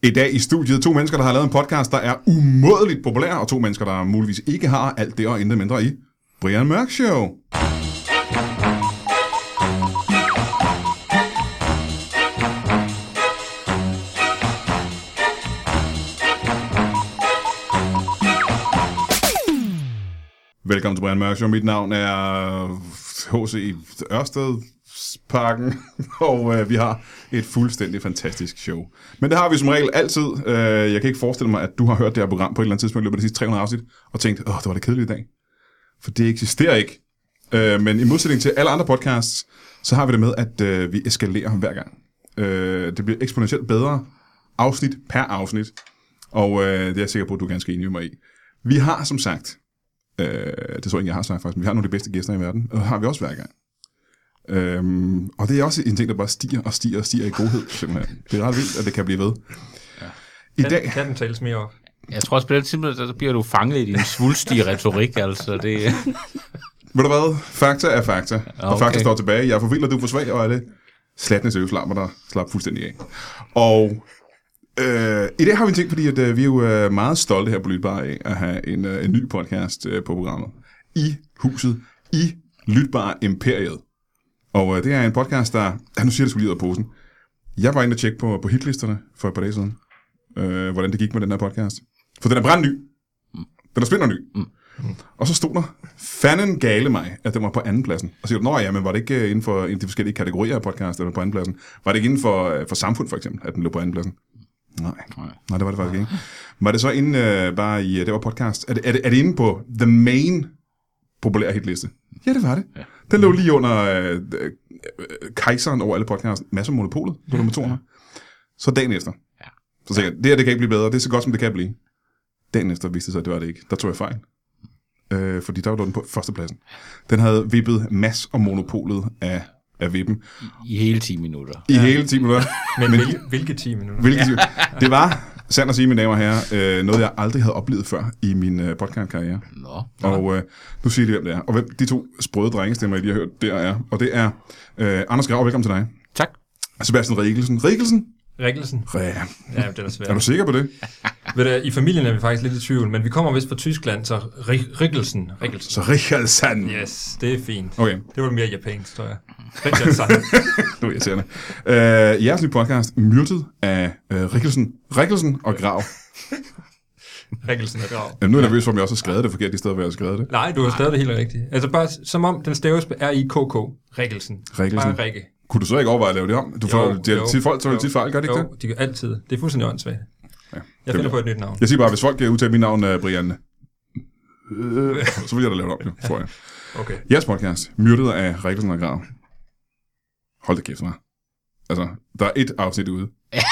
I dag i studiet 2 mennesker, der har lavet en podcast, der er umådeligt populær, og 2 mennesker, der muligvis ikke har alt det og intet mindre i Brian Mørk Show. Velkommen til Brian Mørk Show. Mit navn er H.C. Ørstedsparken, og vi har et fuldstændig fantastisk show. Men det har vi som regel altid. Jeg kan ikke forestille mig, at du har hørt det her program på et eller andet tidspunkt i løbet af de sidste 300 afsnit, og tænkt, det var det kedeligt i dag. For det eksisterer ikke. Men i modsætning til alle andre podcasts, så har vi det med, at vi eskalerer hver gang. Det bliver eksponentielt bedre afsnit per afsnit, og det er jeg sikker på, at du er ganske enig med mig i. Vi har som sagt... det tror jeg ikke, jeg har sagt faktisk, men vi har nogle af de bedste gæster i verden, og det har vi også hver gang. Og det er også en ting, der bare stiger i godhed, simpelthen. Det er ret vildt, at det kan blive ved. Ja. I dag... Kan den tales mere op? Jeg tror også på det simpelthen, så bliver du fanget i din svulstige retorik, altså det... Ved du hvad? Fakta er fakta, okay. Og fakta står tilbage. Jeg er for vild, og du er for svag, og alle slatne søvslammer, der slap fuldstændig af. Og... I dag har vi en ting, fordi at, vi er jo meget stolte her på Lytbar af at have en ny podcast på programmet. I huset, i Lytbar Imperiet. Og det er en podcast, der... nu siger jeg, det skulle lige ud af posen. Jeg var inde og tjekke på hitlisterne for et par dage siden, hvordan det gik med den her podcast. For den er brandny. Den er splinterny. Og så stod der, fanden gale mig, at den var på andenpladsen. Og så siger du, men var det ikke inden for de forskellige kategorier af podcast, der var på andenpladsen? Var det ikke inden for samfund, for eksempel, at den lå på andenpladsen? Nej, det var det faktisk ikke. Var det så inde bare i, det var podcast, er det inde på the main populære hitliste? Ja, det var det. Ja. Den lå lige under kejseren over alle podcasts, masser af Monopolet, du nummer 200. Så dagen efter. Ja. Så tænkte jeg, det kan ikke blive bedre, det er så godt, som det kan blive. Dagen efter viste sig, at det var det ikke. Der tog jeg fejl. Fordi der var den på førstepladsen. Den havde vippet Mads og Monopolet af vippen. I hele 10 minutter. Hele 10 minutter. Men hvilke 10 minutter? Det var, sandt at sige, mine damer og herrer, noget jeg aldrig havde oplevet før i min podcastkarriere. Og nu siger de, hvem det er. Og hvem de 2 sprøde drengestemmer, de har hørt, der er. Og det er Anders Grav, velkommen til dig. Tak. Sebastian Rikkelsen. Ja, det er svært. Er du sikker på det? I familien er vi faktisk lidt i tvivl, men vi kommer vist fra Tyskland, så Rikkelsen. Så Rikkelsen. Yes, det er fint. Okay. Det var mere japansk, tror jeg. Rikkelsen. Nu er irriterende. Jeres nye podcast, myrdet af Rikkelsen og Grav. Rikkelsen og Grav. Nu er jeg nervøs for, om jeg også har skrevet det forkert, i stedet for, at jeg har skrevet det. Nej, du har skrevet det helt rigtigt. Altså bare som om den staves R-I-K-K. Rikkelsen. Bare Rikke. Kunne du så ikke overveje at lave det om? Folk tager tit fejl, gør det ikke det? Jo, de gør altid. Det er fuldstændig åndssvagt. Ja, jeg finder på et nyt navn. Jeg siger bare, hvis folk kan udtale mit navn, Brian, så vil jeg da lave det om, tror jeg. Okay. Jeres podcast, myrdet af Rikkelsen og Grav. Hold da kæft, mig. Altså, der er 1 afsnit ude.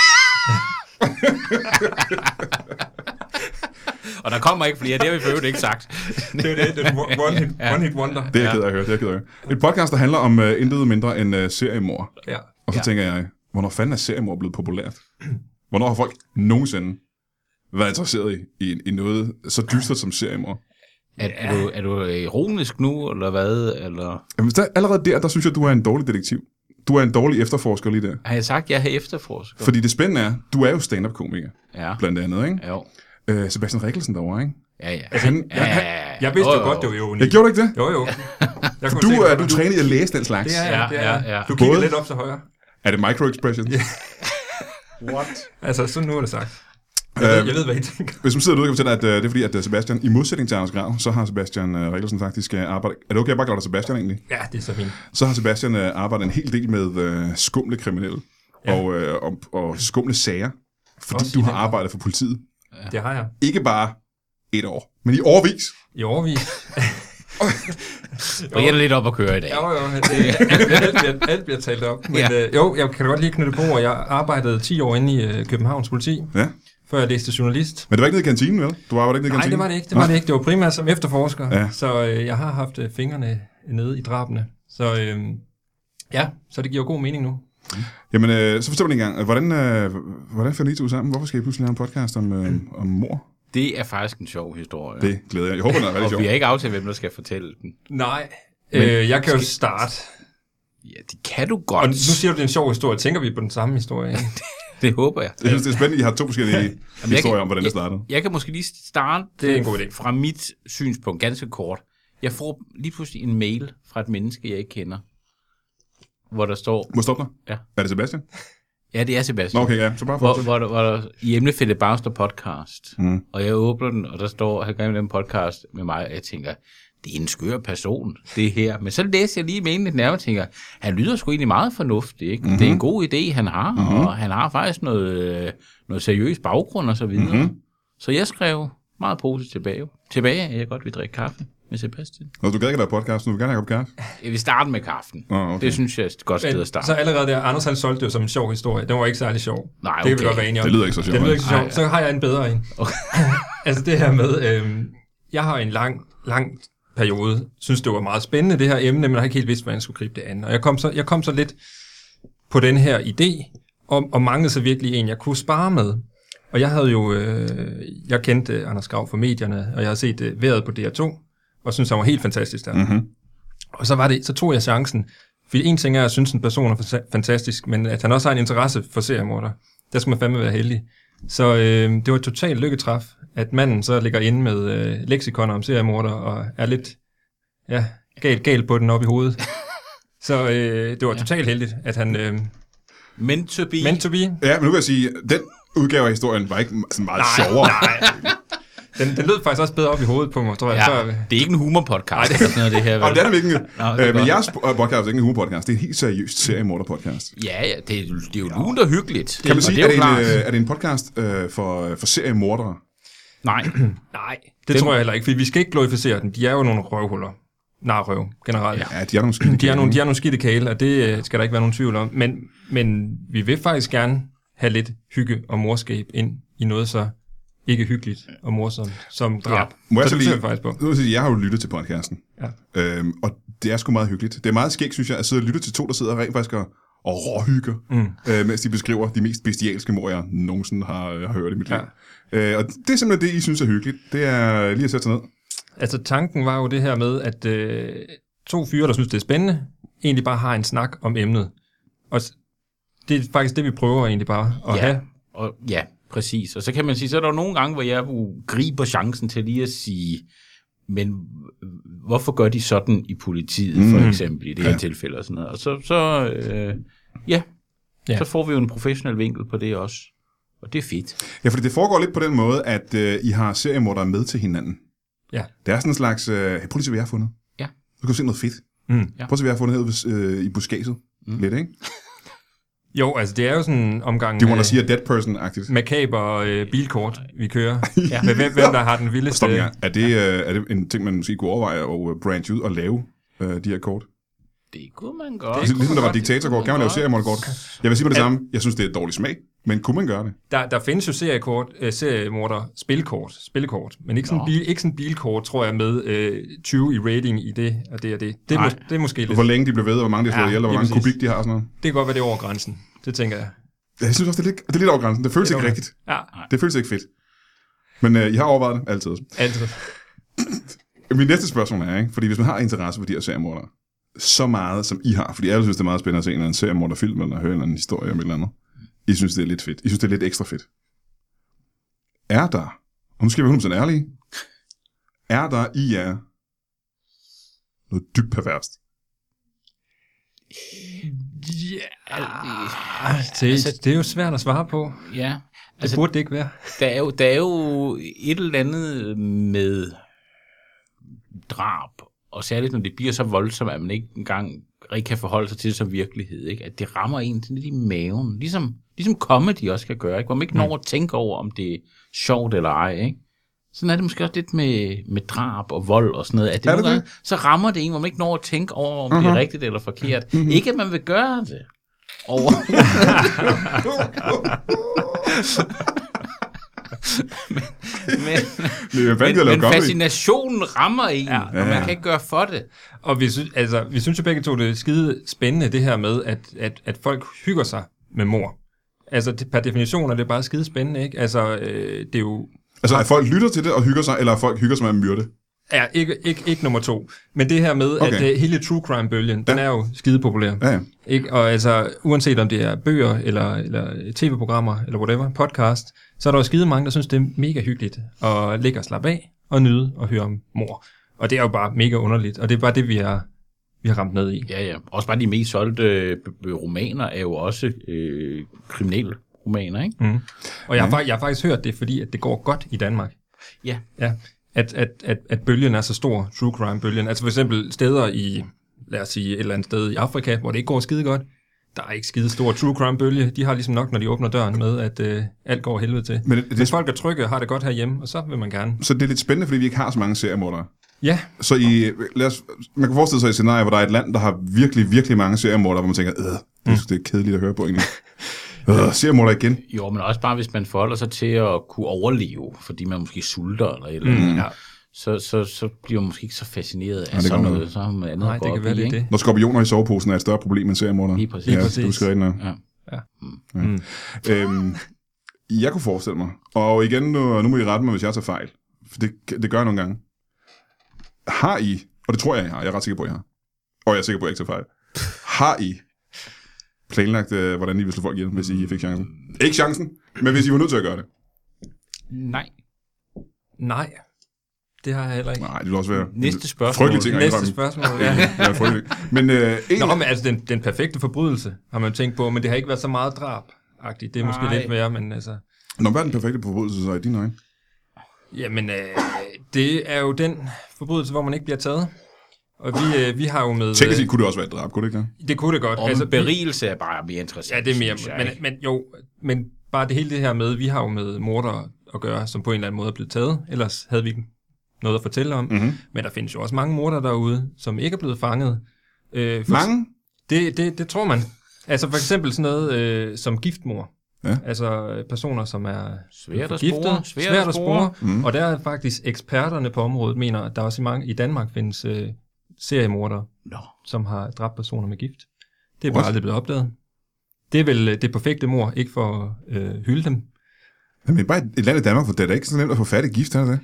Og der kommer ikke flere, det har vi for øvrigt ikke sagt. Det er one hit wonder. Det er jeg ked af at høre, Et podcast, der handler om intet mindre end seriemord. Ja. Og så tænker jeg, hvornår fanden er seriemord blevet populært? Hvornår har folk nogensinde været interesseret i noget så dystert som seriemord? Er du ironisk nu, eller hvad? Eller? Jamen, allerede der synes jeg, du er en dårlig detektiv. Du er en dårlig efterforsker lige der. Har jeg sagt, at jeg har efterforsker? Fordi det spændende er, du er jo stand-up-komiker, blandt andet, ikke? Jo. Sebastian Rikkelsen derovre, ikke? Ja. Jeg vidste jo godt, det var ironi. Jeg gjorde ikke det? Jo. Du er trænet i at læse den slags. Det er. Du kigger lidt op til højre. Er det micro-expression? What? Altså, så nu er det sagt. Jeg ved, hvad I tænker. Hvis man sidder derude, kan jeg fortælle, at det er fordi, at Sebastian, i modsætning til Anders Grav, så har Sebastian Rikkelsen faktisk arbejdet... Er det okay, jeg bare kalder dig Sebastian egentlig? Ja, det er så fint. Så har Sebastian arbejdet en hel del med skumle kriminelle og skumle sager, fordi også du har arbejdet for politiet. Ja. Det har jeg. Ikke bare 1 år, men i årevis. I årevis. Og jeg er lidt op at køre i dag. Jo, alt bliver talt op. Men jeg kan godt lige knytte på, at jeg arbejdede 10 år inde i Københavns politi, før jeg læste journalist. Men det var ikke nede i kantinen, vel? Du arbejdede ikke nede i kantinen? Nej, det var det ikke. Det var primært som efterforsker. Ja. Så jeg har haft fingrene nede i drabene. Så så det giver god mening nu. Jamen, så fortæl mig en gang. Hvordan fandt I to sammen? Hvorfor skal I pludselig have en podcast om mord? Det er faktisk en sjov historie. Det glæder jeg. Jeg håber, den er rigtig sjov. Og vi har ikke aftalt, hvem der skal fortælle den. Nej, jeg kan jo starte. Ja, det kan du godt. Og nu siger du, det er en sjov historie. Tænker vi på den samme historie? Det håber jeg. Jeg synes, det er spændende, I har 2 forskellige historier om, hvordan det startede. Jeg kan måske lige starte det er en god idé. Fra mit synspunkt, ganske kort. Jeg får lige pludselig en mail fra et menneske, jeg ikke kender, hvor der står... Må jeg stoppe dig? Ja. Er det Sebastian? Ja, det er Sebastian. Okay, ja. Så bare fortsæt. Hvor der i emnefældet Bagster podcast, og jeg åbner den, og der står, at han gerne vil den podcast med mig, og jeg tænker, det er en skør person, det her. Men så læser jeg lige mailen lidt nærmere og tænker, han lyder sgu egentlig meget fornuftig, ikke? Det er en god idé, han har, og han har faktisk noget seriøs baggrund og så videre. Så jeg skrev meget positivt tilbage, at jeg godt vil drikke kaffe med Sebastian. Når du gad ikke lave podcast, du vil gerne have kaffe? Jeg vil starte med kaffen. Okay. Det synes jeg er et godt sted at starte. Så allerede der, Anders han solgte det jo som en sjov historie. Den var ikke særlig sjov. Nej, det kan vi godt være enige om. Det lyder ikke så sjovt. Det lyder ikke så sjovt. Så har jeg en bedre en. Okay. Altså det her med, jeg har en lang periode, synes det var meget spændende det her emne, men jeg har ikke helt vidst, hvordan jeg skulle gribe det an. Og jeg kom så lidt på den her idé, og manglede så virkelig en, jeg kunne spare med. Og jeg havde jo, jeg kendte Anders Grav fra medierne, og jeg havde set vejret på DR2, og synes han var helt fantastisk der. Og så tog jeg chancen, fordi en ting er, at jeg synes, en person er fantastisk, men at han også har en interesse for seriemorder, der skal man fandme være heldig. Så det var et totalt lykketræf, at manden så ligger inde med leksikoner om seriemorder, og er lidt galt på den op i hovedet. Så det var totalt heldigt, at han... Meant to be. Ja, men nu vil jeg sige, den udgave af historien var ikke sådan meget sjovere. Nej. Den lød faktisk også bedre op i hovedet på mig, tror jeg. Ja, det er ikke en humorpodcast. Det er det her. Og det er det ikke. Men jeres podcast er ikke en humorpodcast. Det er en helt seriøst seriemorderpodcast. Ja, det er jo lunt og hyggeligt. Kan man sige, er det en podcast for seriemordere? Nej, det tror jeg heller ikke, for vi skal ikke glorificere dem. De er jo nogle røvhuller. Narrøv, generelt. Ja, de er nogle skidte kæle. De er nogle skidte kæle, og det skal der ikke være nogen tvivl om. Men vi vil faktisk gerne have lidt hygge og morskab ind i noget så ikke hyggeligt og morsomt som drab. Må jeg så lige, faktisk på. Jeg har jo lyttet til podcasten, og det er sgu meget hyggeligt. Det er meget skægt, synes jeg, at sidde og lytte til 2, der sidder rent faktisk og råhygger, mens de beskriver de mest bestialske mord, jeg nogensinde har hørt i mit liv. Og det er simpelthen det, I synes er hyggeligt. Det er lige at sætte sig ned. Altså tanken var jo det her med, at 2 fyre, der synes, det er spændende, egentlig bare har en snak om emnet. Og det er faktisk det, vi prøver egentlig bare at have. Ja, præcis. Og så kan man sige, så er der jo nogle gange, hvor jeg griber chancen til lige at sige, men hvorfor gør de sådan i politiet, for eksempel, i det her tilfælde og sådan noget. Og så får vi jo en professionel vinkel på det også. Og det er fedt. Ja, fordi det foregår lidt på den måde, at I har seriemordere med til hinanden. Ja. Det er sådan en slags, prøv lige at se, hvad jeg har fundet. Ja. Du kan se noget fedt. Prøv at se, hvad jeg har fundet herude i buskaget. Lidt, ikke? Jo, altså det er jo sådan en omgang... Du må da sige, at dead person-agtigt. Makaber bilkort, vi kører. Med hvem der har den vildeste... Stop en gang. Er det en ting, man måske kunne overveje at branche ud og lave de her kort? Det kunne man godt. Ligesom der var diktatorkort, kan man lave seriemorderkort. Jeg vil sige på det samme. Jeg synes, det er et dårligt smag. Men kunne man gøre det? Der findes jo seriemorder spilkort, men ikke sådan bilkort, tror jeg, med 20 i rating i det og det og det. Det er måske lidt... Hvor længe de blev ved, og hvor mange de har slået ihjel, og hvor mange kubik de har og sådan noget. Det kan godt være, det er over grænsen. Det tænker jeg. Jeg synes også, det er lidt over grænsen. Det føles ikke rigtigt. Ja. Det føles ikke fedt. Men I har overvejet det altid. Min næste spørgsmål er, ikke? Fordi hvis man har interesse for de her seriemordere, så meget som I har, fordi alle synes, det er meget spændende at se en eller anden seriemorderfilm, eller høre en eller anden historie om et eller andet. I synes, det er lidt fedt. I synes, det er lidt ekstra fedt. Er der, og nu skal vi være 100% ærlige, er der i jer noget dybt perverst? Det er jo svært at svare på. Ja. Det burde det ikke være. Der er jo et eller andet med drab, og særligt når det bliver så voldsomt, at man ikke engang rigtig kan forholde sig til det som virkelighed, ikke? At det rammer en lidt i maven. Ligesom comedy også kan gøre, ikke? Hvor man ikke når at tænke over, om det er sjovt eller ej, ikke? Sådan er det måske også lidt med drab og vold og sådan noget. At det så rammer det en, hvor man ikke når at tænke over, om det er rigtigt eller forkert. Ikke at man vil gøre det. Men fascinationen rammer en, og man kan ikke gøre for det. Og vi synes jo begge to, det er skide spændende, det her med, at folk hygger sig med mord. Altså, per definition er det bare skide spændende, ikke? Altså, det er jo... Altså, at folk lytter til det og hygger sig, eller at folk hygger sig med at myrde? Ja, ikke nummer 2. Men det her med, at hele true crime-bølgen, den er jo skide populær. Ja. Ikke? Og altså, uanset om det er bøger, eller tv-programmer, eller whatever, podcast, så er der jo skide mange, der synes, det er mega hyggeligt at ligge og slappe af, og nyde og høre om mor. Og det er jo bare mega underligt, og det er bare det, vi har ramt ned i. Ja. Også bare de mest solgte romaner er jo også kriminelle romaner, ikke? Mm. Og jeg har faktisk hørt det, fordi at det går godt i Danmark. Ja. At bølgen er så stor, true crime-bølgen. Altså for eksempel steder i, lad os sige, et eller andet sted i Afrika, hvor det ikke går skide godt, der er ikke skide stor true crime-bølge. De har ligesom nok, når de åbner døren med, at alt går helvede til. Men hvis folk er trygge og har det godt herhjemme, og så vil man gerne. Så det er lidt spændende, fordi vi ikke har så mange seriemordere. Ja. Så man kan forestille sig et scenarie, hvor der er et land, der har virkelig, virkelig mange seriemordere, hvor man tænker, det er kedeligt at høre på egentlig. Seriemordere igen. Jo, men også bare, hvis man forholder sig til at kunne overleve, fordi man måske sulter eller et eller andet. Ja. Så bliver man måske ikke så fascineret af sådan noget, så har man andet at gå op i, ikke? Når skorpioner i soveposen er et større problem end seriemordere. Lige præcis. Ja, du skal rigtig jeg kunne forestille mig, og igen, nu må I rette mig, hvis jeg tager fejl, for det gør jeg nogle gange. Har I, og det tror jeg har, jeg er ret sikker på, jeg har, og jeg er sikker på, at jeg ikke tager fejl, har I planlagt, hvordan I vil slå folk ihjel, hvis I fik chancen? Ikke chancen, men hvis I var nødt til at gøre det. Nej. Det har jeg heller ikke. Nej, det vil også være næste spørgsmål. Næste spørgsmål, ja. Men, men altså, den perfekte forbrydelse, har man tænkt på, men det har ikke været så meget drab-agtigt. Det er måske lidt værre, men altså... Hvad er den perfekte forbrydelse så i dine øjne? Jamen, det er jo den forbrydelse, hvor man ikke bliver taget. Og vi har jo med... Teknisk set kunne det også være et drab, kunne det ikke? Det kunne det godt. Altså, berigelse er bare mere interessant. Ja, det er mere... Men bare det hele det her med, vi har jo med mordere at gøre, som på en eller anden måde er blevet taget. Ellers havde vi ikke noget at fortælle om. Mm-hmm. Men der findes jo også mange mordere derude, som ikke er blevet fanget. Mange? Det tror man. Altså for eksempel sådan noget som giftmord. Ja. Altså personer, som er svært at spore. Mm. Og der er faktisk eksperterne på området, mener, at der også i Danmark findes seriemordere, som har dræbt personer med gift. Det er bare aldrig blevet opdaget. Det er vel det perfekte mord, ikke for at hylde dem. Men bare et land i Danmark, for det er da ikke så nemt at få fat i gift, er det?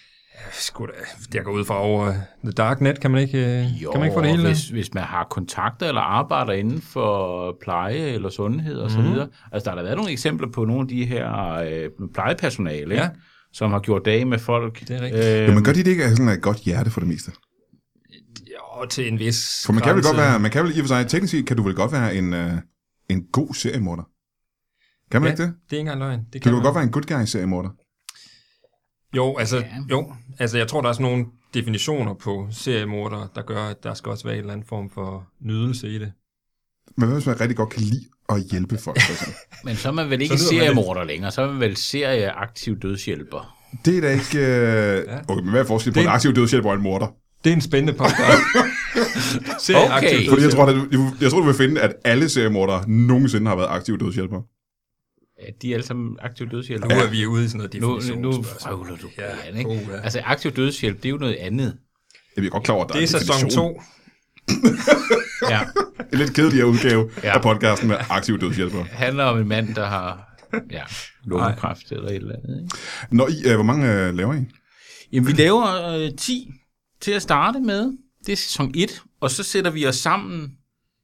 Det går ud fra over The Dark Net, kan man ikke få det hele? Hvis man har kontakter eller arbejder inden for pleje eller sundhed og så videre. Altså, der har været nogle eksempler på nogle af de her plejepersonale, som har gjort dage med folk. Det er rigtigt. Men gør de det ikke af sådan et godt hjerte for det meste? Jo, til en vis for man kan vel godt være, man kan vel i og for sig, teknisk set kan du vel godt være en god seriemorder? Kan man ikke det? Det er ikke engang løgn. Det kan du godt være en good guy seriemorder? Jo, altså jeg tror, der er sådan nogle definitioner på seriemordere, der gør, at der skal også være en eller anden form for nydelse i det. Men hvad hvis man rigtig godt kan lide at hjælpe folk? Men så er man vel ikke seriemorder længere, så er man vel serieaktiv dødshjælper. Det er da ikke... Okay, men hvad er forskellen på en aktiv dødshjælper og en morder? Det er en spændende podcast. Okay. Fordi jeg tror, du vil finde, at alle seriemordere nogensinde har været aktive dødshjælpere. De er alle sammen aktiv dødshjælp. Nu er vi ude i sådan noget definition. Nu frøvler du på det, ikke? Altså, aktiv dødshjælp, det er jo noget andet. Jeg er godt klar over, at der det er sæson 2. Ja. En lidt kedeligere udgave af podcasten med aktiv dødshjælpere. Det handler om en mand, der har lungekræft eller et eller andet. Ikke? Hvor mange laver I? Jamen, vi laver 10 til at starte med. Det er sæson 1, og så sætter vi os sammen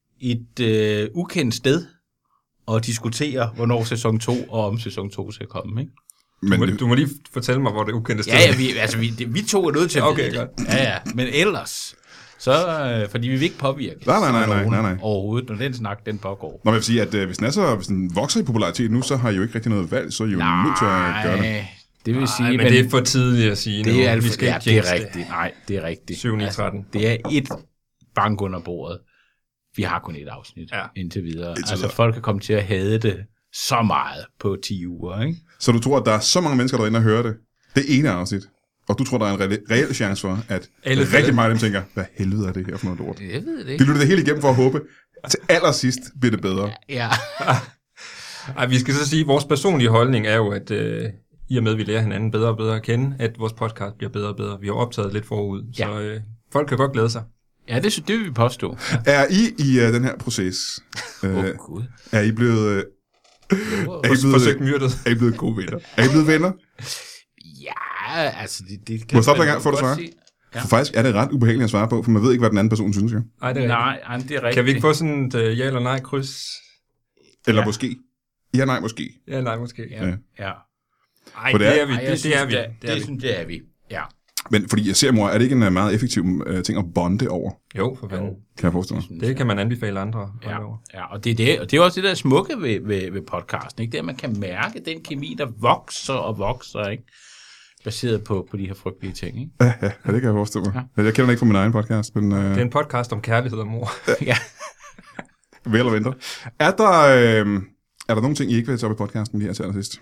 et ukendt sted og diskutere, hvornår sæson 2 og om sæson 2 skal komme, ikke? Men du må lige fortælle mig, hvor det ukendte sted er. Vi to er nødt til at vide det. Ja, men ellers, så, fordi vi vil ikke påvirke nej. overhovedet, når den snak, den pågår. Nå, men jeg vil sige, at hvis den vokser i popularitet nu, så har I jo ikke rigtig noget valg, så er I jo nødt til at gøre det. Det vil sige, men det er for tidligt at sige. Det er alt for, det er rigtigt. Nej, det er rigtigt. 7-13. Altså, det er et bank under bordet. Vi har kun et afsnit indtil videre. Altså, folk kan komme til at hade det så meget på 10 uger, ikke? Så du tror, at der er så mange mennesker, der er inde og hører det? Det ene afsnit. Og du tror, der er en reel chance for, at rigtig mange af dem tænker, hvad helvede er det her for noget lort? Jeg ved det ikke. Vi lytter det hele igennem for at håbe, at til allersidst bliver det bedre. Ja. Ej, vi skal så sige, at vores personlige holdning er jo, at i og med, at vi lærer hinanden bedre og bedre at kende, at vores podcast bliver bedre og bedre. Vi har optaget lidt forud, så folk kan godt glæde sig. Ja, det vil vi påstå. Er I den her proces? Gud. Er I blevet... forsøgt myrdet? Er I blevet gode venner? Er I blevet venner? Ja, altså det kan man godt sige. Ja. For faktisk er det ret ubehageligt at svare på, for man ved ikke, hvad den anden person synes. Jo. Ej, det er Nej, det er rigtigt. Kan vi ikke få sådan et ja eller nej kryds? Eller måske. Ja, nej, måske. Ja, nej, måske. Ja. Ej, det er vi. Det synes jeg er vi. Ja. Men fordi jeg ser, mor, er det ikke en meget effektiv ting at bonde over? Jo, for fanden. Kan jeg forestille mig? Det kan man anbefale andre. Ja, og det er jo også det der smukke ved podcasten, ikke? Det er, at man kan mærke den kemi, der vokser og vokser, ikke? Baseret på de her frygtelige ting, ikke? Ja, det kan jeg forestille mig. Ja. Jeg kender den ikke fra min egen podcast, men... Det er en podcast om kærlighed og mor. Ja. Vel og venter. Er der nogle ting, I ikke vil tage op i podcasten lige her til allersidst?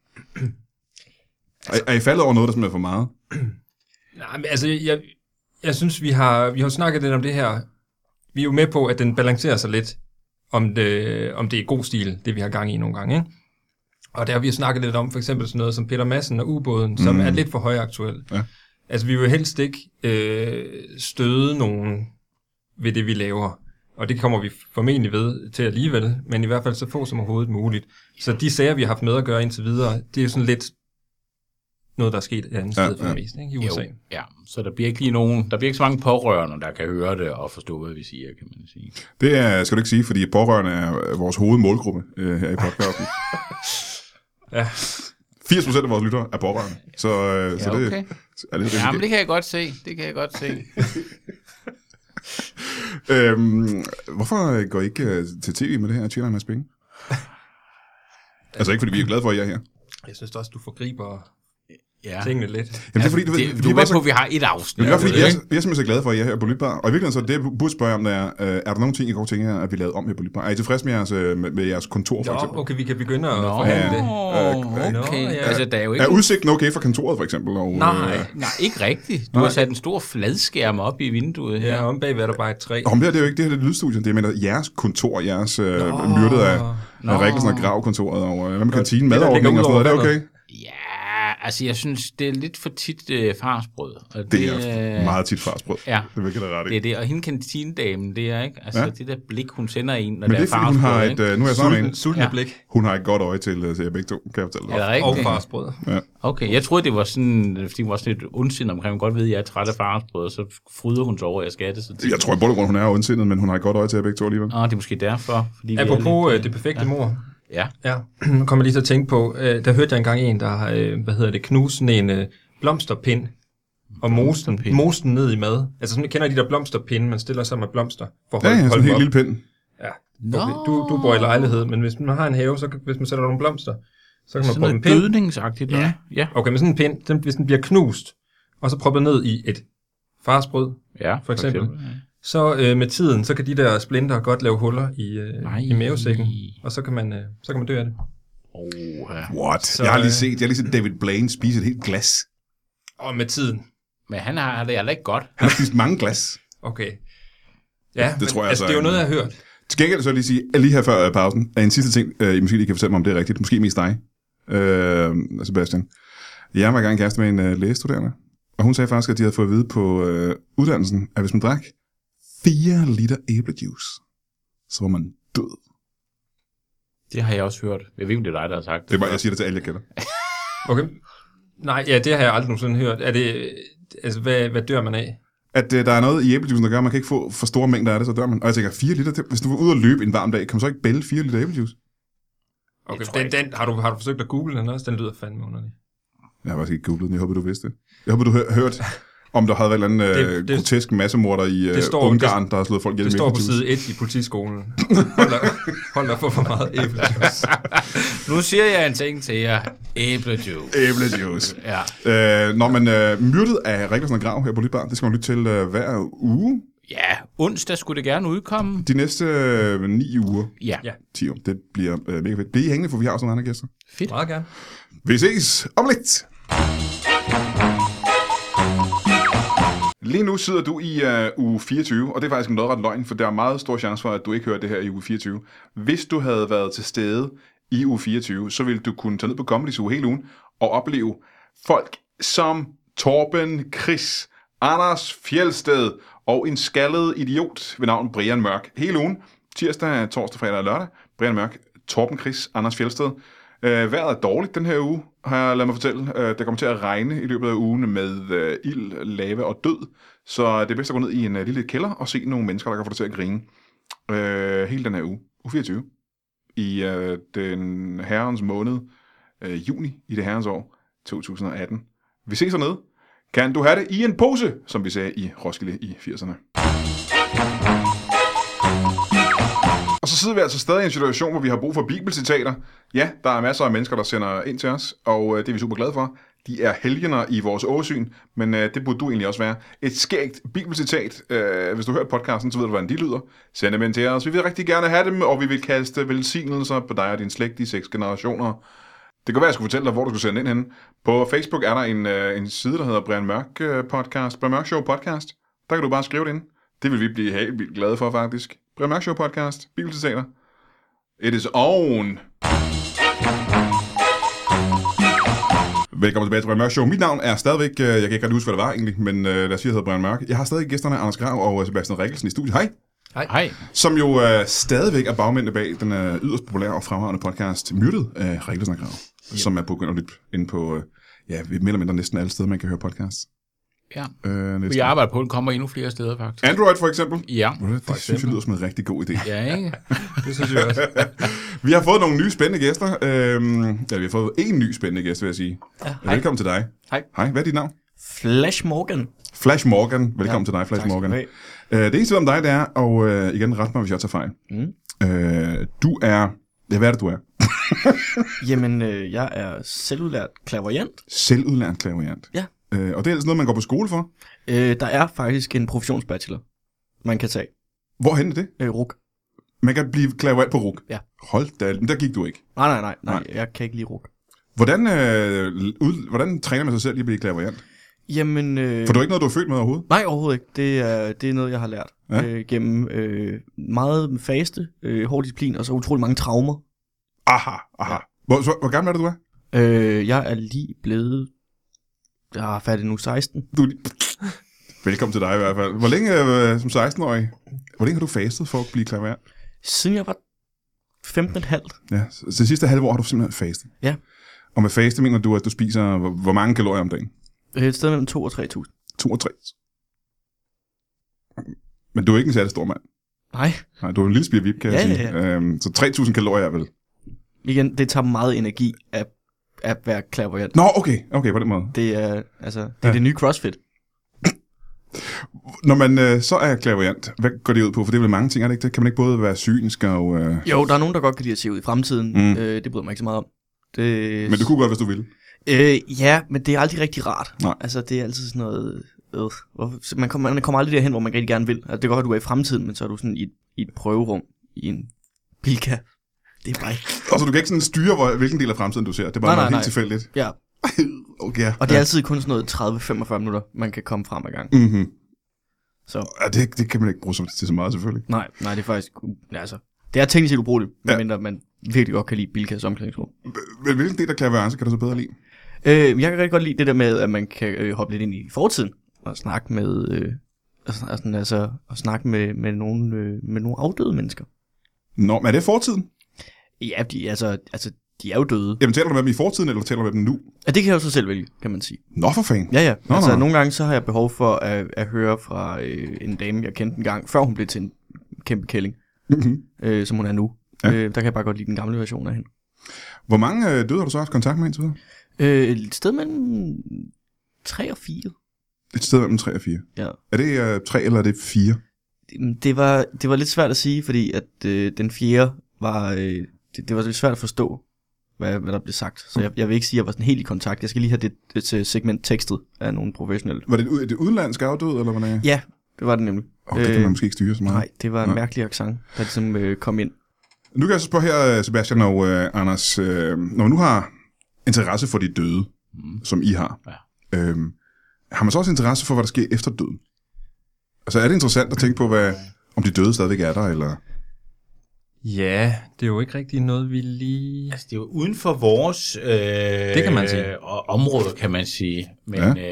Er I faldet over noget, der simpelthen er for meget? Nej, men altså, jeg synes, vi har snakket lidt om det her. Vi er jo med på, at den balancerer sig lidt, om det er god stil, det vi har gang i nogle gange, ikke? Og der har vi snakket lidt om, for eksempel sådan noget som Peter Madsen og ubåden, som er lidt for højaktuel. Ja. Altså, vi vil helst ikke støde nogen ved det, vi laver. Og det kommer vi formentlig ved til alligevel, men i hvert fald så få som overhovedet muligt. Så de sager, vi har haft med at gøre indtil videre, det er jo sådan lidt noget, der er sket et andet sted for det meste, ikke? I USA. Jo, ja, så der bliver ikke så mange pårørende, der kan høre det og forstå, hvad vi siger, kan man sige. Det skal du ikke sige, fordi pårørende er vores hovedmålgruppe her i podcasten. Ja. 80% af vores lyttere er pårørende. Så det okay. Er det ja, men det kan jeg godt se. Hvorfor går I ikke til tv med det her og tjener en masse penge? Altså ikke fordi vi er glade for, at I er her. Jeg synes også, du forgriber tingene lidt. Jamen, det er fordi, du er med på, at vi har et afsnit. Det er fordi, vi er simpelthen så glade for, at I er her på Lytbar. Og i virkeligheden så det, jeg burde spørge om, er der nogle ting, I godt tænker, at vi lavede om her på Lytbar? Er I tilfreds med jeres kontor, for eksempel? Okay, vi kan begynde at forhandle det. Okay. Altså, der er jo ikke... Er udsigten okay for kontoret, for eksempel? Og, nej, ikke rigtigt. Du har sat en stor fladskærm op i vinduet her. Ja, om bagved er der bare et træ. Om det er jo ikke det her lydstudie, det er jeres kontor, jeres myrdet af Rikkelsen og Grav-kontoret, og hvad med kantinen, madordning og sådan noget. Er det okay? Ja, altså jeg synes, det er lidt for tit farsbrød. Og det er meget tit farsbrød. Ja, det vil jeg ret i. Det er det, og hende kantinedamen, det er ikke. Altså det der blik, hun sender en, når det er farsbrød. Hun har et, nu er jeg sådan sultne blik. Hun har et godt øje til jer begge to, kan jeg fortælle dig. Er det rigtigt? Og farsbrød. Ja. Okay, jeg troede, det var sådan, fordi hun var sådan lidt ondsind omkring, hun godt ved, at jeg er træt af farsbrød, og så fryder hun sig over, at jeg skal det. Så jeg tror i bund og grund, hun er ondsindet, men hun har et godt øje til jer begge to alligevel. Det er måske derfor. Fordi apropos det perfekte mor. Ja. Nu kommer lige til at tænke på, der hørte jeg engang en, der knusen en blomsterpind og mosten ned i mad. Altså sådan, kender de der blomsterpinde, man stiller sig med blomster for at holde sådan en helt lille pind. Ja. Okay. Du bor i lejlighed, men hvis man har en have, så hvis man sætter nogle blomster, så kan man proppe en pind. Sådan gødningsagtigt. Ja. Okay, men sådan en pind, hvis den bliver knust, og så proppet ned i et farsbrød, for eksempel. Så med tiden, så kan de der splinter godt lave huller i mavesækken, og så kan man dø af det. What? Så, jeg har lige set David Blaine spise et helt glas. Og med tiden. Men han har det ikke godt. Han har spist mange glas. Okay. Ja, det tror jeg altså, det er jo noget, jeg har hørt. Til gengæld så lige sige, lige her før pausen, er en sidste ting, I måske lige kan fortælle mig, om det er rigtigt. Måske mest dig, Sebastian. Jeg var engang kæreste med en lægestuderende, og hun sagde faktisk, at de havde fået at vide på uddannelsen, at hvis man drak 4 liter æblejuice, så var man død. Det har jeg også hørt. Jeg ved ikke, om det er dig, der har sagt det. Det er bare, jeg siger det til alle, jeg kender. Okay. Nej, det har jeg aldrig nogensinde hørt. Er det, altså, hvad dør man af? At der er noget i æblejuicen, der gør, at man kan ikke få for store mængder af det, så dør man. Og jeg tænker, 4 liter, hvis du var ude og løbe en varm dag, kan man så ikke bælge 4 liter æblejuice? Okay, den har du forsøgt at google den også? Den lyder fandme underlig. Jeg har faktisk ikke googlet den. Jeg håber, du vidste det. Jeg håber, du hørt om der havde været en eller anden grotesk massemorder i Ungarn, der har slået folk ihjel med æblejuice. Det står på side 1 i politiskolen. Hold dig for meget æblejuice. Nu siger jeg en ting til jer. Æblejuice. Ja. Når man myrdet af Rikkelsen og Grav her på Lytbar, det skal man lytte til hver uge. Ja, onsdag skulle det gerne udkomme. De næste 9 uger. Ja. 10 uger. Det bliver mega fedt. Bliv hængende, for vi har også nogle andre gæster. Fedt. Meget gerne. Vi ses om lidt. Lige nu sidder du i uge 24, og det er faktisk en lodret løgn, for der er meget stor chance for, at du ikke hører det her i uge 24. Hvis du havde været til stede i uge 24, så ville du kunne tage ned på Comedy Zoo hele ugen og opleve folk som Torben Chris, Anders Fjeldsted og en skaldet idiot ved navn Brian Mørk. Hele ugen, tirsdag, torsdag, fredag og lørdag. Brian Mørk, Torben Chris, Anders Fjeldsted. Vejret er dårligt den her uge, har jeg ladet mig fortælle. Det kommer til at regne i løbet af ugen med ild, lava og død. Så det er bedst at gå ned i en lille kælder og se nogle mennesker, der kan få dig til at grine. Hele den her uge. Uge 24. I den herrens måned, juni i det herrens år 2018. Vi ses hernede. Kan du have det i en pose, som vi sagde i Roskilde i 80'erne. Og så sidder vi altså stadig i en situation, hvor vi har brug for bibelcitater. Ja, der er masser af mennesker, der sender ind til os, og det er vi super glade for. De er helgener i vores åsyn, men det burde du egentlig også være. Et skægt bibelcitat. Hvis du har hørt podcasten, så ved du, hvordan de lyder. Send dem ind til os. Vi vil rigtig gerne have dem, og vi vil kaste velsignelser på dig og din slægt i 6 generationer. Det kan være, at jeg skulle fortælle dig, hvor du skulle sende ind henne. På Facebook er der en side, der hedder Brian Mørk Podcast. Brian Mørk Show Podcast. Der kan du bare skrive det ind. Det vil vi blive helt vildt glade for, faktisk. Brian Mørk Show Podcast. Bibelcitater. It is on. Velkommen tilbage til Brian Mørk Show. Mit navn er stadigvæk, jeg kan ikke rigtig huske, hvad det var egentlig, men lad os sige, jeg hedder Brian Mørk. Jeg har stadig gæsterne Anders Grav og Sebastian Rikkelsen i studiet. Hej. Hej. Som jo stadigvæk er bagmændene bag den yderst populære og fremragende podcast Myrdet af Rikkelsen og Grav, som er begyndt at lytte ind på, mere eller mindre næsten alle steder, man kan høre podcasts. Ja, vi arbejder på, den kommer endnu flere steder faktisk. Android for eksempel? Ja. Det synes jeg lyder som en rigtig god idé. Ja, ikke? Det synes jeg også. Vi har fået nogle nye spændende gæster. Vi har fået en ny spændende gæst, vil jeg sige. Ja, velkommen til dig. Hej. Hej, hvad er dit navn? Flash Morgan. Flash Morgan. Velkommen til dig, Flash Morgan. Det eneste om dig, det er, og igen, ret mig, hvis jeg tager fejl. Du er... Ja, hvad er det, du er? Jamen, jeg er selvudlært clairvoyant. Selvudlært clairvoyant? Ja. Og det er altså noget, man går på skole for? Der er faktisk en professionsbachelor, man kan tage. Hvorhen er det? RUC. Man kan blive clairvoyant på RUC? Ja. Hold da, men der gik du ikke? Nej, jeg kan ikke lide RUC. Hvordan træner man sig selv i at blive clairvoyant? Jamen... For det er ikke noget, du er født med overhovedet? Nej, overhovedet ikke. Det er noget, jeg har lært. Ja. Gennem meget faste, hård disciplin, og så utrolig mange traumer. Aha. Ja. Hvor gammel er det, du er? Jeg er lige blevet... Jeg er færdig nu 16. Velkommen til dig i hvert fald. Hvor længe, som 16-årig, hvor længe har du fastet for at blive clairvoyant? Siden jeg var 15,5. Ja, så det sidste halve år har du simpelthen fastet? Ja. Og med faste mener du, at du spiser hvor mange kalorier om dagen? Et sted mellem 2 og 3.000. 2 og 3. Men du er ikke en særlig stor mand? Nej, du er en lille spire vip, kan jeg sige. Ja. Så 3.000 kalorier er vel? Igen, det tager meget energi at være clairvoyant. Nå, okay, på den måde. Det er det nye CrossFit. Når man så er clairvoyant, hvad går det ud på? For det er vel mange ting, er det ikke det? Kan man ikke både være synsk og... Jo, der er nogen, der godt kan lide at se ud i fremtiden. Det bryder mig ikke så meget om. Men du kunne godt, hvis du ville. Ja, men det er aldrig rigtig rart. Nej. Altså, det er altid sådan noget... Man kommer aldrig derhen, hvor man rigtig gerne vil. Altså, det kan godt, at du er i fremtiden, men så er du sådan i et prøverum i en Bilka. Det er bare ikke... Og så du kan ikke sådan styre, hvilken del af fremtiden du ser. Det er bare noget helt tilfældigt. Ja. Okay. Og det er altid kun sådan noget 30-45 minutter, man kan komme frem ad gang. Mm-hmm. Så. Ja, det kan man ikke bruge til så meget, selvfølgelig. Nej, det er faktisk... Altså, det er teknisk set ubrugeligt, medmindre man virkelig godt kan lide Bilkas omklædningsrum. Hvilken del af clairvoyance kan du så bedre lide? Jeg kan rigtig godt lide det der med, at man kan hoppe lidt ind i fortiden og snakke med... og snakke med nogle afdøde mennesker. Nå, men er det fortiden? Ja, de er jo døde. Jamen, taler du med dem i fortiden, eller taler du med dem nu? Ja, det kan jeg jo så selv vælge, kan man sige. Nå, for fanden. Ja. Nogle gange så har jeg behov for at høre fra en dame, jeg kendte en gang, før hun blev til en kæmpe kælling, som hun er nu. Ja. Der kan jeg bare godt lide den gamle version af hende. Hvor mange døde har du så haft kontakt med indtil videre? Et sted mellem 3 og 4. Et sted mellem 3 og 4? Ja. Er det 3 eller er det 4? Det var lidt svært at sige, fordi at den 4 var... Det var lidt svært at forstå, hvad der blev sagt. Så jeg vil ikke sige, at jeg var sådan helt i kontakt. Jeg skal lige have det segment tekstet af nogle professionelle. Var det udenlandsk afdød, eller hvad det er? Ja, det var det nemlig. Det kan man måske ikke styre så meget. Nej, det var en mærkelig accent, der ligesom kom ind. Nu kan jeg så spørge her, Sebastian og Anders. Når man nu har interesse for de døde, som I har, har man så også interesse for, hvad der sker efter døden? Altså er det interessant at tænke på, om de døde stadigvæk er der, eller... Ja, det er jo ikke rigtig noget, vi lige... Altså, det er jo uden for vores det kan man sige. områder, kan man sige. Men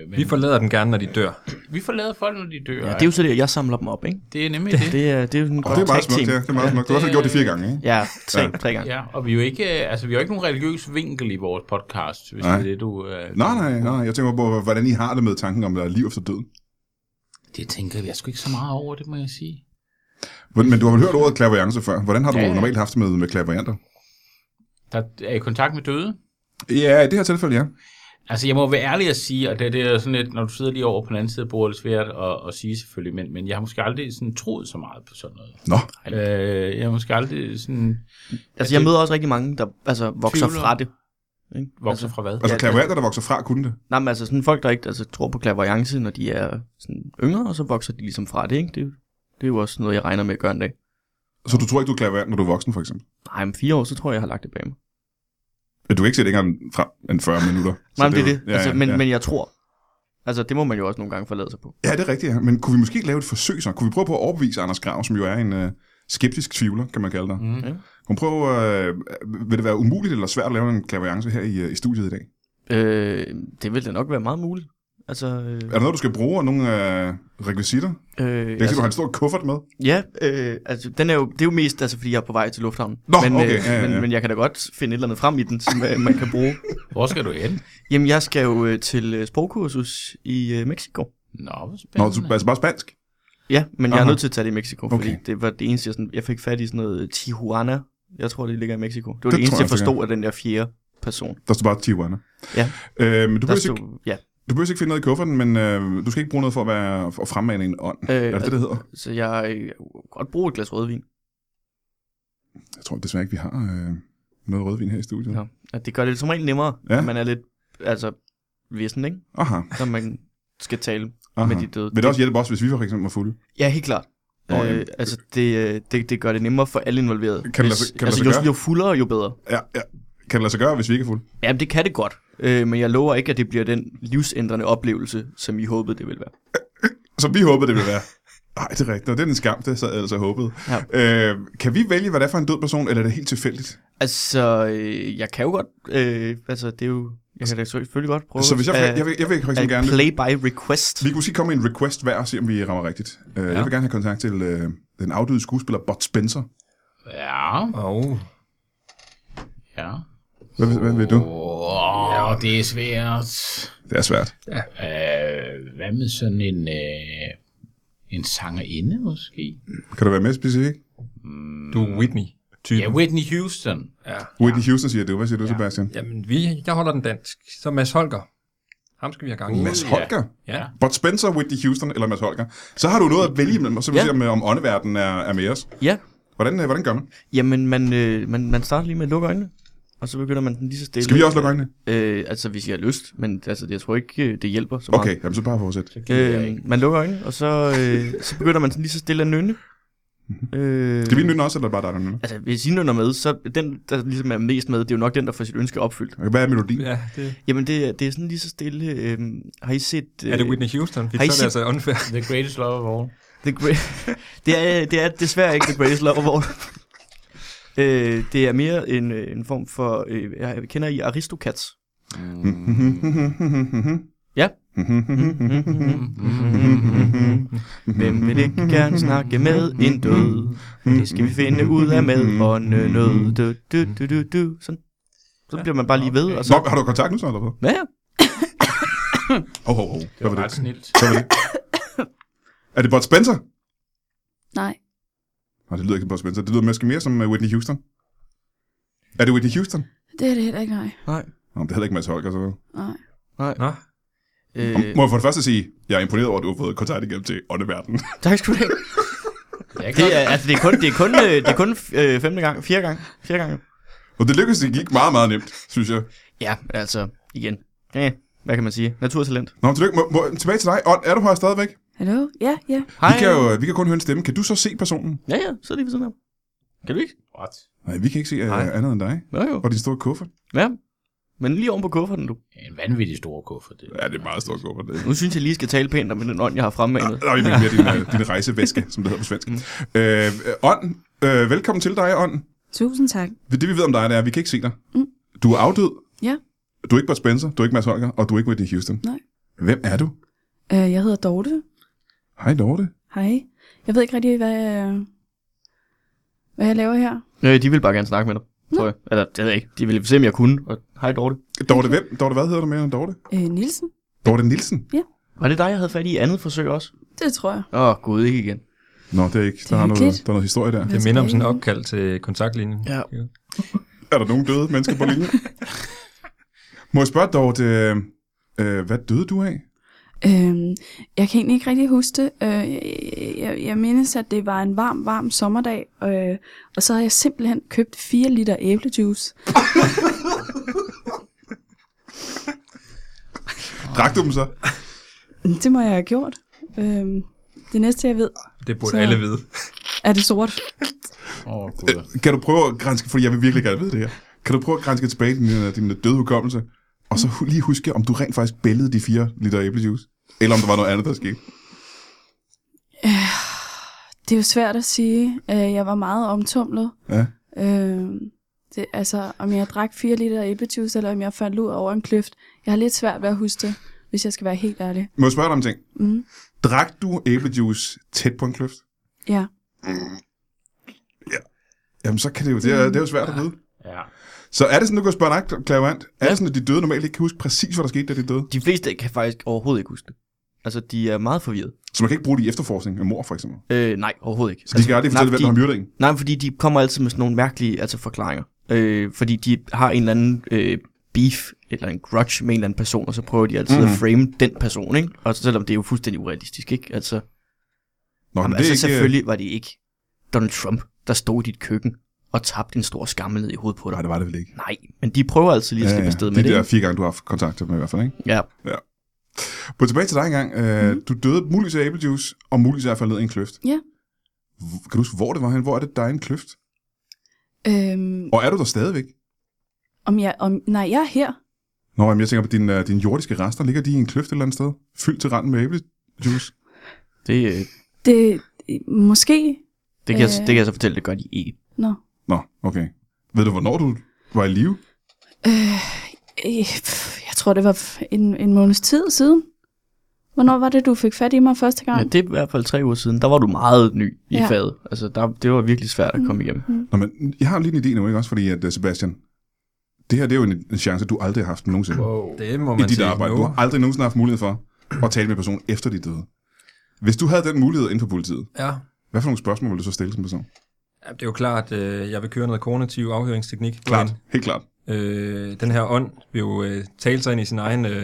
Vi forlader dem gerne, når de dør. Vi forlader folk, når de dør. Ja, det er jo så det, jeg samler dem op, ikke? Det er nemlig det. Det er jo en Og det er meget smukt, ja. Det er meget smukt. Du har også gjort det 4 gange, ikke? Ja, tre gange. Ja, og vi er jo ikke, vi har ikke nogen religiøs vinkel i vores podcast, hvis det er det, du... Nej. Jeg tænker på, hvordan I har det med tanken om, at der er liv efter døden. Det tænker jeg sgu ikke så meget over, det må jeg sige. Men du har vel hørt ordet clairvoyance før. Hvordan har du normalt haft det med clairvoyanter? Der er i kontakt med døde? Ja, i det her tilfælde, ja. Altså, jeg må være ærlig at sige, og det er sådan lidt, når du sidder lige over på den anden side af bordet, det er svært at sige selvfølgelig, men jeg har måske aldrig sådan troet så meget på sådan noget. Nå. Jeg har måske aldrig sådan... Altså, jeg møder også rigtig mange, der vokser fra det. Ikke? Vokser fra hvad? Altså clairvoyanter, der vokser fra, kunne det? Nej, men altså sådan folk, der ikke tror på clairvoyance, når de er sådan yngre, og så vokser de ligesom fra det, ikke? Det er jo også noget, jeg regner med at gøre en dag. Så du tror ikke, du er clairvoyant, når du er voksen, for eksempel? Nej, om 4 år, så tror jeg har lagt det bag mig. Men du kan ikke se det ikke fra en 40 minutter. Nej, men det er det. Ja, altså, ja. Men jeg tror. Altså, det må man jo også nogle gange forlade sig på. Ja, det er rigtigt, ja. Men kunne vi måske lave et forsøg så? Kunne vi prøve på at overbevise Anders Grav, som jo er en skeptisk tvivler, kan man kalde dig? Mm. Kunne vi prøve, vil det være umuligt eller svært at lave en clairvoyance her i studiet i dag? Det vil da nok være meget muligt. Altså, Er der noget, du skal bruge, og nogle rekvisitter? Jeg kan du har en stor kuffert med. Ja, altså, det er jo mest, altså, fordi jeg er på vej til lufthavnen. Nå, men, okay. Ja. Men jeg kan da godt finde et eller andet frem i den, som man kan bruge. Hvor skal du hen? Jamen, jeg skal jo til sprogkursus i Mexico. Nå, hvor Nå, spændende. du altså bare spansk? Ja, men jeg er Aha. nødt til at tage det i Mexico, fordi Okay. det var det eneste, jeg fik fat i sådan noget Tijuana. Jeg tror, det ligger i Mexico. Det var Det det eneste, tror jeg jeg forstod af den der 4. person. Der står bare Tijuana. Ja. Men du Der behøver ikke, ja. du behøver ikke finde noget i kufferten, men du skal ikke bruge noget for at fremmane en ånd. Er det det hedder? Så jeg godt bruge et glas rødvin. Jeg tror desværre ikke, vi har noget rødvin her i studiet. Ja. At det gør det som regel nemmere, Ja. at man er lidt, altså, vissen, ikke? Aha. Når man skal tale Aha. med de døde. Vil det også hjælpe os, hvis vi for eksempel var fulde? Ja, helt klart. Jamen. Altså, det gør det nemmere for alle involverede. Kan det lade sig altså, gøre? jo fuldere, jo bedre. Ja. Kan det lade sig gøre, hvis vi ikke er fulde? Ja, det kan det godt. Men jeg lover ikke, at det bliver den livsændrende oplevelse, som I håbede, det ville være. Som vi håbede, det ville være. Nej, det er rigtigt. Det er en skam, det sad jeg altså håbet. Ja. Kan vi vælge, hvad det er for en død person, eller er det helt tilfældigt? Altså, jeg kan jo godt, altså, det er jo, jeg kan da selvfølgelig godt prøve. Så hvis jeg vil for eksempel gerne... Play by request. Vi kunne måske komme med en request hver og se, om vi rammer rigtigt. Jeg vil gerne have kontakt til den afdøde skuespiller Bud Spencer. Ja. Ja. Hvad vil du? Det er svært. Det er svært. Hvad med sådan en sangerinde måske? Kan du være mere specifik? Du er Whitney-typen. Ja, Whitney Houston. Ja. Whitney Houston siger du. Hvad siger du, Sebastian? Jamen, jeg holder den dansk. Så Mads Holger. Ham skal vi have gang i. Mads Holger? Ja. Bud Spencer, Whitney Houston eller Mads Holger? Så har du noget at vælge imellem, og så vil vi se, om åndeverdenen er med os. Ja. Hvordan gør man? Jamen, man starter lige med at lukke øjnene, og så begynder man den lige så stille. Skal vi også lukke øjnene? Altså, hvis I har lyst, men altså, jeg tror ikke, det hjælper så meget. Okay, jamen så bare fortsæt. Man lukker øjnene, og så begynder man sådan lige så stille at nynne. Skal vi nynne også, eller bare dig, der nynner? Altså, hvis I nynner med, så den, der ligesom er mest med, det er jo nok den, der får sit ønske opfyldt. Okay, hvad er melodien? Ja, det... Jamen, det er sådan lige så stille. Har I set... Er det Whitney Houston? Så har I er det set- altså unfair. The Greatest Love of All. det er desværre ikke The Greatest Love of All. Det er mere en form for... jeg kender I Aristocats? Ja. Hvem vil ikke gerne snakke med en død? Det skal vi finde ud af med åndenød. Sådan. Så bliver man bare lige ved, og så... Nå, har du kontakt nu så, eller hvad? Hvad ja? Hvad Det var var ret det? snilt. Hvad var det? Er det Bud Spencer? Nej. Nej, det lyder ikke Bud Spencer. Det lyder måske mere som Whitney Houston. Er det Whitney Houston? Det er det heller ikke, nej. Nej. Nå, det er heller ikke Mads Holger, så. Nej. Nå. Må jeg for det første sige, jeg er imponeret over, at du har fået kontakt igennem til åndeverdenen. Tak skal du have. Det er kun 4 gange. Og det lykkedes, det gik meget, meget nemt, synes jeg. Ja, altså, igen. Ja, hvad kan man sige? Naturtalent. Nå, tillykke. Tilbage til dig. Ånd, er du her stadigvæk? Hallo? Ja. Hej. Vi kan kun høre en stemme. Kan du så se personen? Ja, så lige ved siden af. Kan du ikke? What? Nej, vi kan ikke se andet end dig. Jo. Og din store kuffert. Ja. Men lige oven på kufferten, du. En vanvittig stor kuffert. Det. Ja, det er meget stor kuffert. Det. Nu synes jeg lige skal tale pænt om den ånd, jeg har fremmanet. Der er mere din rejsevæske, som det hedder på svensk. Ånd, velkommen til dig, Ånd. Tusind tak. Det vi ved om dig, det er, at vi kan ikke se dig. Du er afdød. Ja. Du er ikke Bud Spencer, du er ikke Mads Holger, og du er ikke Whitney Houston. Nej. Hvem er du? Jeg hedder Dorte. Hej, Dorte. Hej. Jeg ved ikke rigtig, hvad jeg laver her. De vil bare gerne snakke med dig, tror jeg. Eller, det ved jeg ikke. De ville se, om jeg kunne. Og, hej, Dorte. Dorte hvem? Dorte, hvad hedder du mere end Dorte? Nielsen. Dorte Nielsen? Ja. Var det dig, jeg havde fat i andet forsøg også? Det tror jeg. Gud, ikke igen. Nå, det er ikke. Det Der er er hyggeligt. noget historie der. Det minder om sådan en opkald til kontaktlinjen. Ja. Er der nogen døde mennesker på linjen? Må jeg spørge, Dorte, hvad døde du af? Jeg kan egentlig ikke rigtig huske det. Jeg mindes, at det var en varm sommerdag, og så havde jeg simpelthen købt 4 liter æblejuice. Drak du dem så? Det må jeg have gjort. Det næste, jeg ved, Det burde Så- alle vide. er det sort. Kan du prøve at grænske, fordi jeg vil virkelig gerne vide det her. Kan du prøve at grænske tilbage til din døde hukommelse, og så lige huske, om du rent faktisk bælgede de 4 liter æblejuice? Eller om der var noget andet, der skete? Det er jo svært at sige. Jeg var meget omtumlet. Ja. Om jeg drak 4 liter æblejuice, eller om jeg faldt ud over en kløft. Jeg har lidt svært ved at huske det, hvis jeg skal være helt ærlig. Må jeg spørge dig om ting? Mm. Drak du æblejuice tæt på en kløft? Ja. Jamen, så kan det er jo svært at vide. Ja. Så er det sådan, du kan spørge dig, Clairvoyant? Er det sådan, at de døde normalt ikke kan huske præcis, hvad der skete, da de døde? De fleste kan faktisk overhovedet ikke huske det. Altså, de er meget forvirret. Så man kan ikke bruge det i efterforskning af mor, for eksempel? Nej, overhovedet ikke. Så de skal aldrig fortælle, hvem der har myrdet en? Nej, fordi de kommer altid med sådan nogle mærkelige forklaringer. Fordi de har en eller anden beef, eller en grudge med en eller anden person, og så prøver de altid at frame den person, ikke? Og selvom det er jo fuldstændig urealistisk, ikke? Altså, Nå, jamen, det er ikke... selvfølgelig var det ikke Donald Trump, der stod i dit køkken og tabte en stor skammel ned i hovedet på dig. Nej, det var det vel ikke. Nej, men de prøver altid lige at slippe afsted med de det. der 4 gange, du har haft kontakt med i hvert fald, ikke? Ja. På tilbage til dig engang. Du døde muligvis af æblejuice, og muligvis af faldet ned i en kløft. Ja. Kan du huske, hvor det var hen? Hvor er det, der er en kløft? Øhm, Og er du der stadigvæk? Nej, jeg er her. Nå, jamen, jeg tænker på, dine jordiske rester, ligger de i en kløft et eller andet sted? Fyldt til randen med æblejuice? Det måske. Det kan jeg så fortælle, det gør de ikke. Nå. Okay. Ved du, hvornår du var i live? Jeg tror, det var en måneds tid siden. Hvornår var det, du fik fat i mig første gang? Ja, det er i hvert fald 3 uger siden. Der var du meget ny i Ja. faget. Altså, det var virkelig svært at komme igennem. Nå, men jeg har lige en idé nu, ikke også? Fordi at, Sebastian, det her det er jo en chance, du aldrig har haft nogensinde. Wow. Det må I man dit sige arbejde. nu. Du har aldrig nogensinde haft mulighed for at tale med personen efter de døde. Hvis du havde den mulighed inden for politiet, Ja. hvad for nogle spørgsmål ville du så stille som person? Ja, det er jo klart, at jeg vil køre noget kognitiv afhøringsteknik. Klart, helt klart. Den her ånd vil jo tale sig ind i sin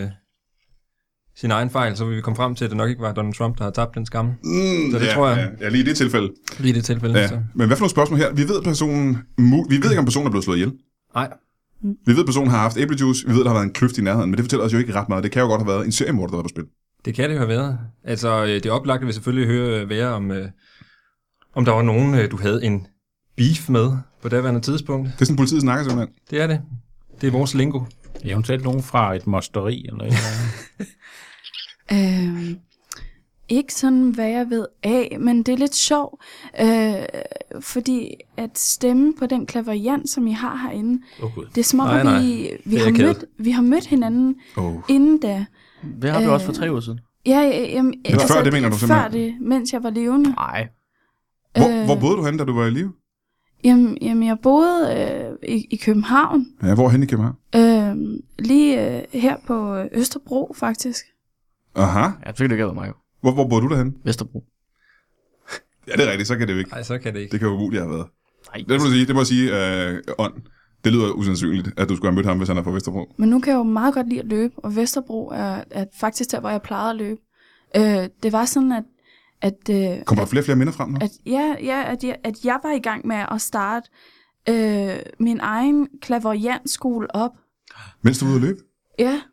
egen fejl, så vil vi komme frem til, at det nok ikke var Donald Trump, der har tabt den skamme. Så det tror jeg. Ja, lige i det tilfælde. Lige i det tilfælde. Ja. Så. Men hvad for nogle spørgsmål her? Vi ved ikke, om personen er blevet slået ihjel. Nej. Vi ved, at personen har haft æblejuice. Vi ved, at der har været en kløft i nærheden, men det fortæller os jo ikke ret meget. Det kan jo godt have været en seriemorder, der var på spil. Det kan det jo have været. Altså, det oplagte vil selvfølgelig være, om der var nogen, du havde en beef med på daværende tidspunkt. Det er sådan, politiet snakker simpelthen. Det er det. Det er vores lingo. Eventuelt nogen fra et mosteri eller et eller andet. Ikke sådan, hvad jeg ved af, men det er lidt sjovt, fordi at stemme på den clairvoyant, som I har herinde, Gud. det er som om, Nej, at det vi er har kædet. vi har mødt hinanden inden da. Det har vi også for 3 uger siden. Jamen, før det mener du før simpelthen? det, mens jeg var levende. Nej. Hvor boede du henne, da du var i live? Jamen, jeg boede i København. Ja, hvor hen i København? Lige her på Østerbro, faktisk. Aha. Ja, så kan det ikke have været mig jo. Hvor boede du derhen? Vesterbro. Ja, det er rigtigt. Så kan det jo ikke. Nej, så kan det ikke. Det kan jo umuligt have været. Nej. Det må jeg sige, ånd. Det lyder usandsynligt, at du skulle have mødt ham, hvis han er fra Vesterbro. Men nu kan jeg jo meget godt lide at løbe, og Vesterbro er faktisk der, hvor jeg plejede at løbe. Det var sådan, at Kommer der flere og flere minder frem nu? at jeg var i gang med at starte min egen clairvoyant-skole op. Mens du var ude at løbe? Ja.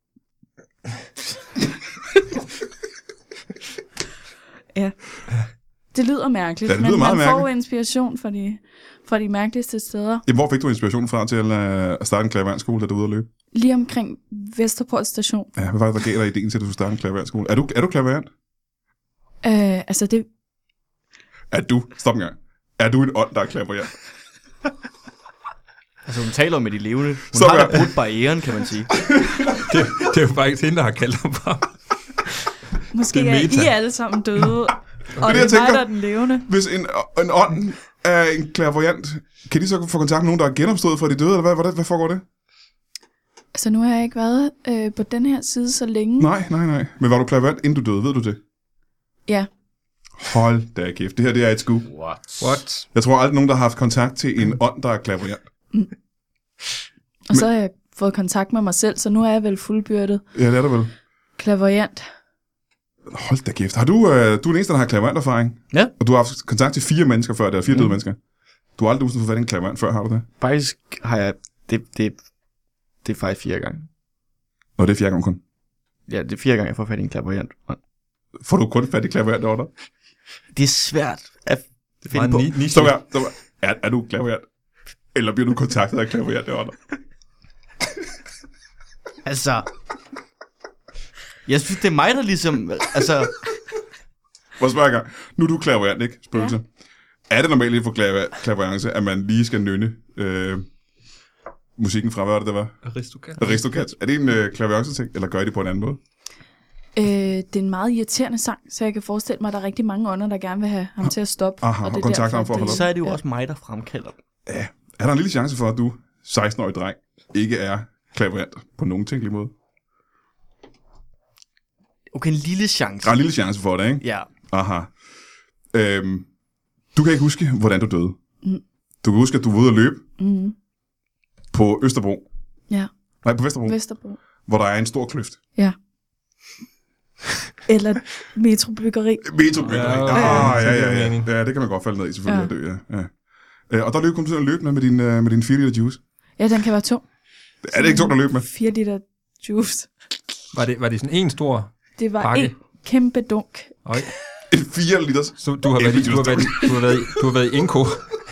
Ja. Det lyder mærkeligt, Ja, det lyder men meget man får jo mærkeligt. inspiration fra de mærkeligste steder. Jamen, hvor fik du inspiration fra til at starte en klaverantskole, da du var ude at løbe? Lige omkring Vesterport station. Ja, hvad var det, der gav dig ideen til, at du skulle starte en klaverantskole? Er du klaverant? Altså det... Stop en gang. Er du en ånd, der er klaverant? Altså, hun taler med de levende. Hun Så har gør- da brudt barrieren, kan man sige. Det er jo faktisk hende, der har kaldt ham fra. Måske Det er er meta. I alle sammen døde, og det, det er jeg mig, tænker. der er den levende. Hvis en ånd er en clairvoyant, kan de så få kontakt med nogen, der er genopstået fra de døde, eller hvad foregår det? Så nu har jeg ikke været på den her side så længe. Nej. Men var du clairvoyant, inden du døde? Ved du det? Ja. Hold da kæft. Det her, det er et scoop. What? Jeg tror aldrig, nogen, der har haft kontakt til en ånd, der er clairvoyant. Og så har jeg fået kontakt med mig selv, så nu er jeg vel fuldbyrdet Ja, det er der vel. clairvoyant. Hold da kæft. Har du er den eneste, der har clairvoyant-erfaring? Ja. Og du har haft kontakt til 4 mennesker før, der er 4 døde mennesker. Du har aldrig nogensinde fået fat i en clairvoyant før, har du det? Faktisk har jeg... Det er faktisk 4 gange. Nå, det er 4 gange kun. Ja, det er 4 gange, jeg får fat i en clairvoyant. Får du kun fat i clairvoyant over dig? Det er svært at finde Meget på. niche. Så er du clairvoyant? Eller bliver du kontaktet af clairvoyant over dig? Altså... Jeg synes, det er mig, der ligesom... Altså... Hvor spørger jeg gang. Nu er du clairvoyant, ikke? Spøgelse. Ja. Er det normalt for clairvoyance, at man lige skal nynne musikken fra, hvad var det, der var? Aristocats. Er det en clairvoyance-ting, eller gør I det på en anden måde? Det er en meget irriterende sang, så jeg kan forestille mig, at der er rigtig mange ånder, der gerne vil have ham til at stoppe. Aha, og det og er kontakte derfor, ham for at holde op. Så er det jo også mig, der fremkalder den. Ja. Er der en lille chance for, at du, 16-årig dreng, ikke er clairvoyant på nogen tænkelig måde? Okay, en lille chance. Der er en lille chance for det, ikke? Ja. Aha. Du kan ikke huske, hvordan du døde. Du kan huske, at du var ude at løbe på Østerbro. Ja, Nej, på Vesterbro. Vesterbro. Hvor der er en stor kløft. Ja. Eller metrobyggeri. Metrobyggeri. Ja, Ja, det kan man godt falde ned i, selvfølgelig. At dø, ja. Og der kom du til at løbe med din 4 liter juice. Ja, den kan være tung. Er det ikke tungt at løbe med? 4 liter juice. Var det sådan en stor Det var pakke? en kæmpe dunk. Øj. En 4 liters. Så du har været i Inko.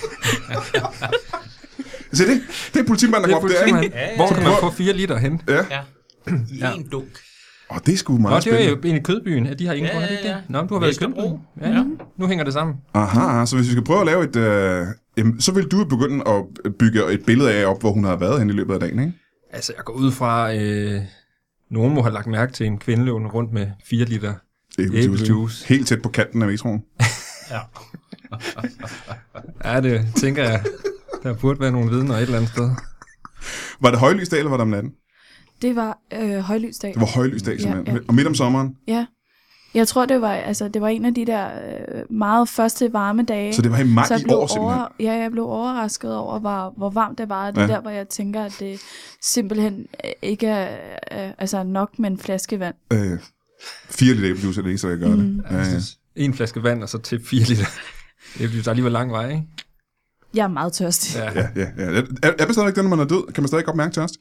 Se det? Det er politimanden, der går op der, ikke? Hvor kan man få 4 liter hen? Ja. En dunk. Og det er sgu meget Nå, det er jo spændende. inde i Kødbyen, at de har Inko, er det ikke det? Nå, men du har været i Vesterbro. Kødbyen. Ja, nu hænger det sammen. Aha, så hvis vi skal prøve at lave et... så vil du begynde at bygge et billede af op, hvor hun har været hen i løbet af dagen, ikke? Altså, jeg går ud fra, nogen må have lagt mærke til en kvinde løbende rundt med 4 liter æblejuice. Helt tæt på kanten af metroen. Ja, det tænker jeg. Der burde være nogle vidner et eller andet sted. Var det højlysdag, eller var det om natten? Det var højlysdag. Det var højlysdag, simpelthen. Ja. Og midt om sommeren. Ja. Jeg tror, det var en af de der meget første varme dage. Så det var i maj Så i år, simpelthen. jeg blev overrasket over, hvor varmt det var. Det er der, hvor jeg tænker, at det simpelthen ikke er nok med en flaske vand. 4 liter æblejuice er det eneste, der gør det. Ja. En flaske vand, og så til 4 liter æblejuice. Der er alligevel lang vej, ikke? Jeg er meget tørstig. Ja. Er det stadigvæk den, når man er død? Kan man stadig godt mærke tørst?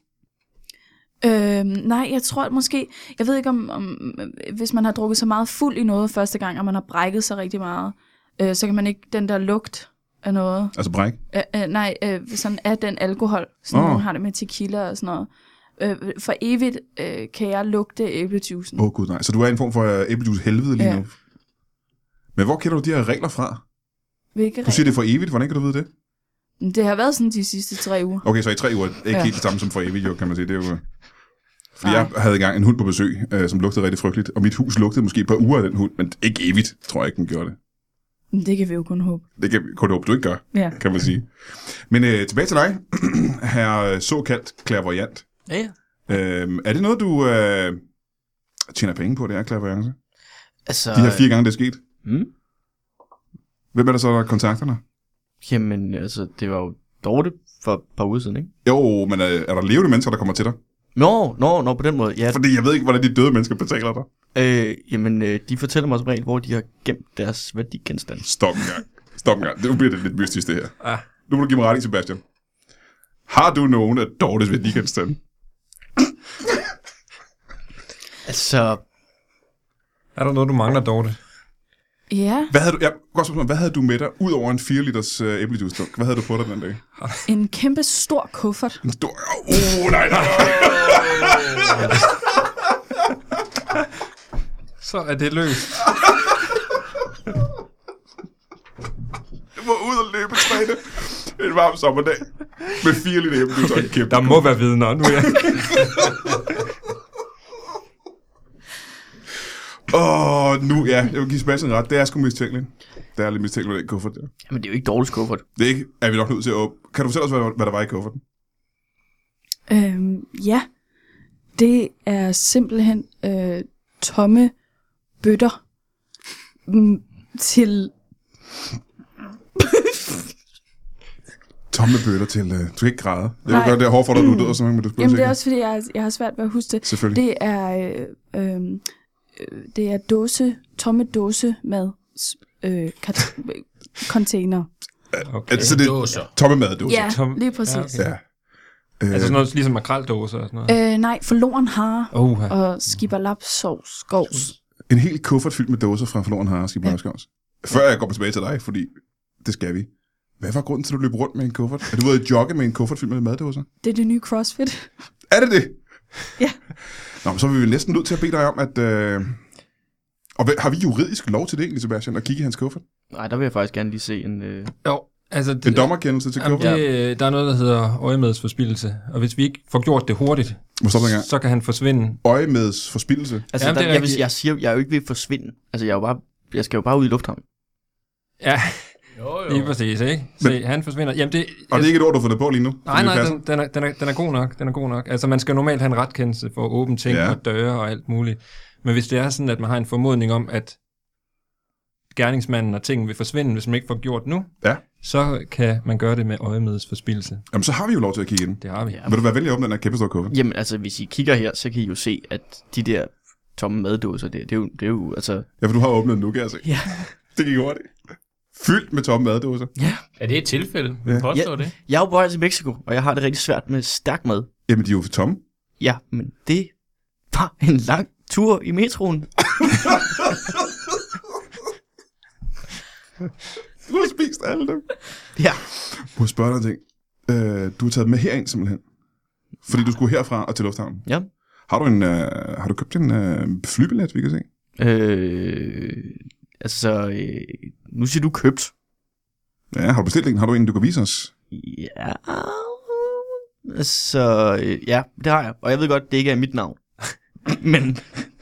Nej, jeg tror måske... Jeg ved ikke, om hvis man har drukket så meget fuld i noget første gang, og man har brækket sig rigtig meget, så kan man ikke den der lugt af noget... Altså bræk? Sådan af den alkohol. Sådan nogen har det med tequila og sådan noget. For evigt kan jeg lugte æblejuicen. Gud nej. Så du er en form for æblejuice helvede lige Ja. nu? Men hvor kender du de her regler fra? Hvilke Du siger, det er for evigt. Hvordan kan du vide det? Det har været sådan de sidste 3 uger. Okay, så i 3 uger. Ikke helt det samme som for evigt, jo, kan man sige. Det er jo... Fordi jeg havde engang en hund på besøg, som lugtede rigtig frygteligt. Og mit hus lugtede måske et par uger af den hund, men ikke evigt, tror jeg ikke, den gjorde det. Det kan vi jo kun håbe. Det kan vi kun håbe, du ikke gør, Ja. kan man sige. Men tilbage til dig, her såkaldt clairvoyant. Ja. Er det noget, du tjener penge på, det er clairvoyance? Altså... De her 4 gange, det er sket. Mm? Hvem er der så, der kontakter dig? Jamen, altså, det var jo Dorte for et par uger siden, ikke? Jo, men er der levende mennesker, der kommer til dig? Nå, på den måde, ja. Fordi jeg ved ikke, hvordan de døde mennesker betaler dig. Jamen, de fortæller mig som regel, hvor de har gemt deres værdigenstand. Stop en gang. Nu bliver det lidt mystisk, det her. Ah. Nu må du give mig ret i, Sebastian. Har du nogen af Dortes værdigenstande? Altså... Er der noget, du mangler, Dorte? Ja, Hvad havde du med dig, ud over en 4 liters æblejuice? Hvad havde du på dig den dag? en kæmpe stor kuffert. En stor... Nej. Så er det løst. Du må ud og løbe træne en varm sommerdag med 4 liter æblejuice og en kæmpe... Der må være vidner nu, ja. Nu, ja, jeg vil give Sebastian ret. Det er sgu mistænkeligt. Det er lidt mistænkeligt, den kuffert der. Jamen, det er jo ikke dårligt kuffert. Det er ikke, er vi nok nødt til at åbne. Kan du fortælle os, hvad der var i kufferten? Ja, det er simpelthen tomme bøtter til... Tomme bøtter til... Du skal ikke græde. Jeg vil gøre det hårdt for dig, du død og sådan noget, men du Jamen, det er også, fordi jeg har svært ved at huske det. Selvfølgelig. Det er tomme dåsemad container. Okay. Så det er tomme maddåser? Ja, lige præcis. Ja. Altså sådan noget ligesom makraldåser og sådan noget? Nej, forloren hare og skibberlapsovs skovs. En helt kuffert fyldt med dåser fra forloren hare og skibberlapsovs. Før jeg går tilbage til dig, fordi det skal vi. Hvad var grunden til, at du løb rundt med en kuffert? Er du ude at jogge med en kuffert fyldt med maddåser? Det er det nye CrossFit. Er det det? Ja. Nå, men så er vi næsten nødt til at bede dig om, at... Og har vi juridisk lov til det egentlig, Sebastian, at kigge i hans kuffert? Nej, der vil jeg faktisk gerne lige se en... Jo, altså... En dommerkendelse til kuffert? Der er noget, der hedder øjemedsforspildelse, og hvis vi ikke får gjort det hurtigt, så kan han forsvinde. Øjemedsforspildelse? Altså, Jamen, jeg siger, jeg er jo ikke ved at forsvinde. Altså, jeg skal jo bare ud i lufthavnen. Ja, Jo. lige præcis, ikke? Se, han forsvinder. Jamen, det er ikke et ord, du har fundet på lige nu? Nej, den er god nok. Den er god nok. Altså, man skal normalt have en retkendelse for at åbne ting og døre og alt muligt. Men hvis det er sådan, at man har en formodning om, at gerningsmanden og tingen vil forsvinde, hvis man ikke får gjort nu, så kan man gøre det med øjemedsforspildelse. Jamen, så har vi jo lov til at kigge ind. Det har vi. Ja. Vil du være venlig at åbne den her kæmpe store kuffert? Jamen, altså, hvis I kigger her, så kan I jo se, at de der tomme maddåser, det er jo, altså... Ja, for du har åbnet den nu, kan jeg se. Ja. Det gik hurtigt. Fyldt med tomme maddåser. Ja. Er det et tilfælde? Ja. Påstår det? Jeg er jo på vej til Mexico, og jeg har det rigtig svært med stærk mad. Jamen, de er jo for tomme. Ja, men det var en lang tur i metroen. Du har spist alle dem. Ja. Må jeg spørge dig en ting? Du har taget med herind simpelthen. Fordi du skulle herfra og til lufthavnen. Ja. Har du købt en flybillet, vi kan se? Nu siger du købt. Ja, har du bestilt en? Har du en, du kan vise os? Ja. Altså, ja, det har jeg. Og jeg ved godt, det ikke er mit navn. Men...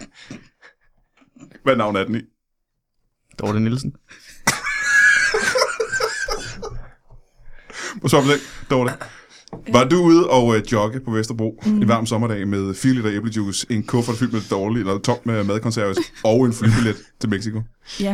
Hvad navn er den i? Dorte Nielsen. Må svare på det, Dorte. Var du ude og jogge på Vesterbro en varm sommerdag med 4 liter æblejuice, en kuffert fyldt med dårligt, eller tom med madkonserves, og en flybillet til Mexico? Ja.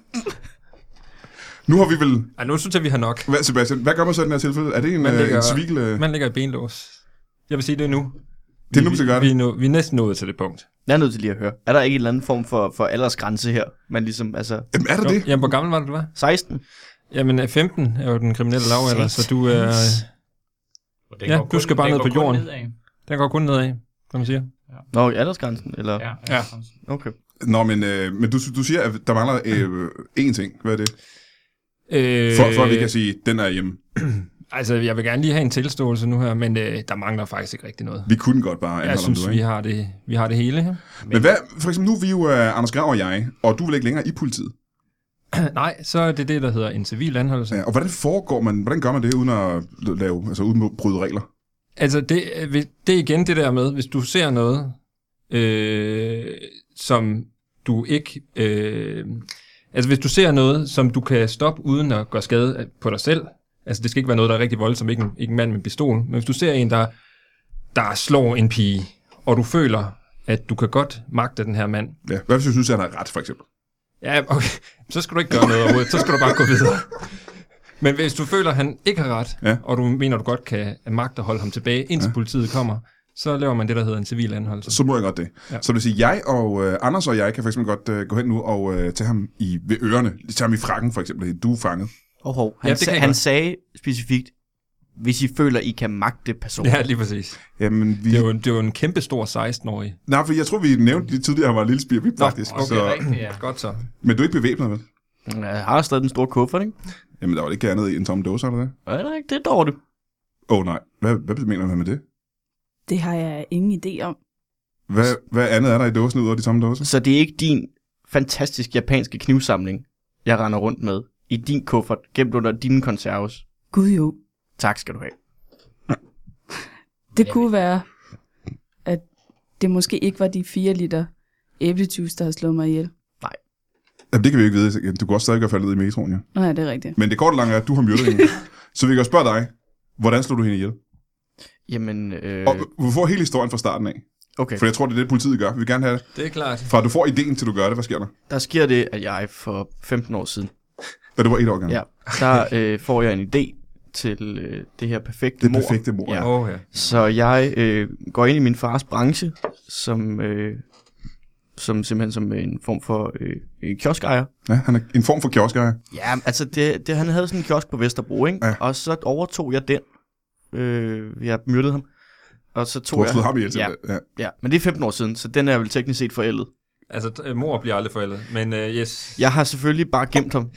Nu har vi vel... Ej, nu synes jeg, vi har nok. Sebastian, hvad gør man så i den her tilfælde? Er det en svigel... Man lægger et benlås. Jeg vil sige, det er nu. Det er nu, vi skal gøre det. Vi er næsten nået til det punkt. Jeg er nødt til lige at høre. Er der ikke en eller anden form for aldersgrænse her? Man ligesom, altså... Jamen, er der det? Jamen, hvor gammel var det, du var? 16. Jamen, 15 er jo den kriminelle lavalder, så du er... Ja, du skal bare ned på jorden. Den går kun nedad, kan man sige. Ja. Nå, aldersgrænsen, eller? Ja. Okay. Nå, men du siger, at der mangler én ting. Hvad er det? For at vi kan sige, den er hjemme. Altså, jeg vil gerne lige have en tilståelse nu her, men der mangler faktisk ikke rigtig noget. Vi kunne godt bare anholde. Jeg synes, vi har det hele her. Men hvad, for eksempel nu er vi jo Anders Grav og jeg, og du er vel ikke længere i politiet? Nej, så er det, der hedder en civil anholdelse. Ja, og hvordan gør man det, uden at uden at bryde regler? Altså, det er igen det der med, hvis du ser noget, som du ikke... altså, hvis du ser noget, som du kan stoppe uden at gøre skade på dig selv, altså, det skal ikke være noget, der er rigtig voldsomt, ikke en mand med en pistol, men hvis du ser en, der slår en pige, og du føler, at du kan godt magte den her mand. Ja, hvad hvis du synes, at han har ret, for eksempel? Ja, okay. Så skal du ikke gøre noget overhovedet. Så skal du bare gå videre. Men hvis du føler, at han ikke har ret, og du mener, du godt kan magte holde ham tilbage, indtil politiet kommer, så laver man det, der hedder en civil anholdelse. Så må jeg godt det. Ja. Så det vil sige, jeg og Anders og jeg kan for eksempel godt gå hen nu og tage ham ved ørerne. Tage ham i frakken, for eksempel. Du er fanget. Han sagde specifikt, hvis I føler, I kan magte personen. Ja, lige præcis. Jamen, det er jo en kæmpe stor 16-årig. Nej, for jeg tror, vi nævnte lidt tidligere, at han var en lille spirvip, faktisk. Okay, så... rigtigt, ja. Godt så. Men du er ikke bevæbnet, vel? Jeg har stadig den store kuffert, ikke? Jamen, der var ikke andet i en tom dåse, eller det? Nej, det er ikke det, Dorte. Nej. Hvad mener du med det? Det har jeg ingen idé om. Hvad andet er der i dåsen ud af de tomme dåser? Så det er ikke din fantastisk japanske knivsamling, jeg render rundt med i din kuffert, gemt under dine konserves? Gud jo. Tak skal du have. Det kunne være, at det måske ikke var de 4 liter æblejuice, der har slået mig ihjel. Jamen, det kan vi ikke vide. Du kan også stadig gøre faldet ud i metroen, ja. Nej, det er rigtigt. Men det korte lange er, at du har myrdet hende. Så vi kan spørge dig, hvordan slog du hende ihjel? Jamen, Og du får hele historien fra starten af. okay. For jeg tror, det er det, politiet gør. Vi vil gerne have det. Det er klart. Fra du får ideen, til du gør det. Hvad sker der? Der sker det, at jeg for 15 år siden, Da du var 1 år gammel. ja, der får jeg en idé til det her perfekte Det mord. perfekte mord. Ja. Ja. Så jeg går ind i min fars branche, som simpelthen som en form for kioskejer. Ja, han er en form for kioskejer. Ja, altså han havde sådan en kiosk på Vesterbro, ikke? Ja. Og så overtog jeg den. Jeg myrdede ham. Og så Du tog har jeg... slået ham ihjel til Ja. det. Ja. Ja, men det er 15 år siden, så den er vel teknisk set forældet. Altså, mor bliver aldrig forældet, men yes. Jeg har selvfølgelig bare gemt ham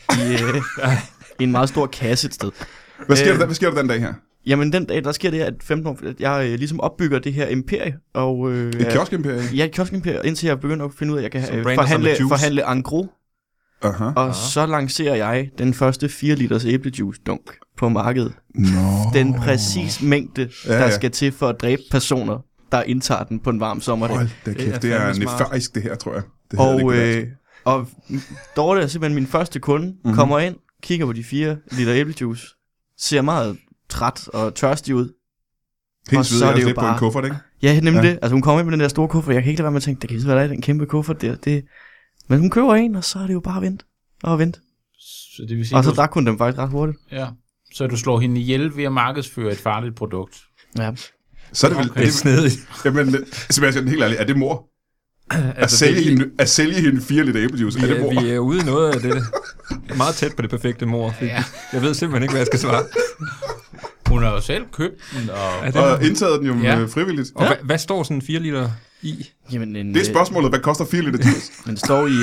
i en meget stor kasse et sted. Hvad sker der den dag her? Jamen den dag, der sker det, at 15 år, at jeg ligesom opbygger det her imperie. Og, Et kioskeimperie? Ja, et kioskeimperie, indtil jeg begynder at finde ud af, at jeg Så kan brander som med juice. forhandle en gros. Aha. Og så lancerer jeg den første 4 liters æblejuice-dunk på markedet. Nå. Den præcis mængde, Ja, der ja. skal til for at dræbe personer, der indtager den på en varm sommerdag. Hold da kæft, det er fandme smart. nefarisk det her, tror jeg. Det hedder det Og, ikke på dansk. og Dorte er simpelthen min første kunde, kommer ind, kigger på de 4 liter æblejuice, ser meget træt og tørstig ud. Helt og så svedig, er jeg det har jo slet på en bare- kuffert, ikke? Ja, nemlig Ja. det. Altså hun kommer ind med den der store kuffert, jeg kan ikke lade være med at tænke, det kan ikke hvad der er i den kæmpe kuffert der. Men hun køber en, og så er det jo bare at vente. Så det vil sige, Og så drak hun dem faktisk ret hurtigt. ja. Så du slår hende ihjel ved at markedsføre et farligt produkt. Ja. Så er det vel... Det er snedigt. Jamen, Sebastian, helt ærligt, er det mor? Altså, At sælge hende 4 liter æblejuice, er det mor? vi er ude i noget af det. Meget tæt på det perfekte mor. Ja. Jeg ved simpelthen ikke, hvad jeg skal svare. Hun har jo selv købt den, og Og indtaget den jo Ja. frivilligt. Og hvad står sådan 4 liter i? Jamen, Det er spørgsmålet, hvad koster 4 liter juice? Den står i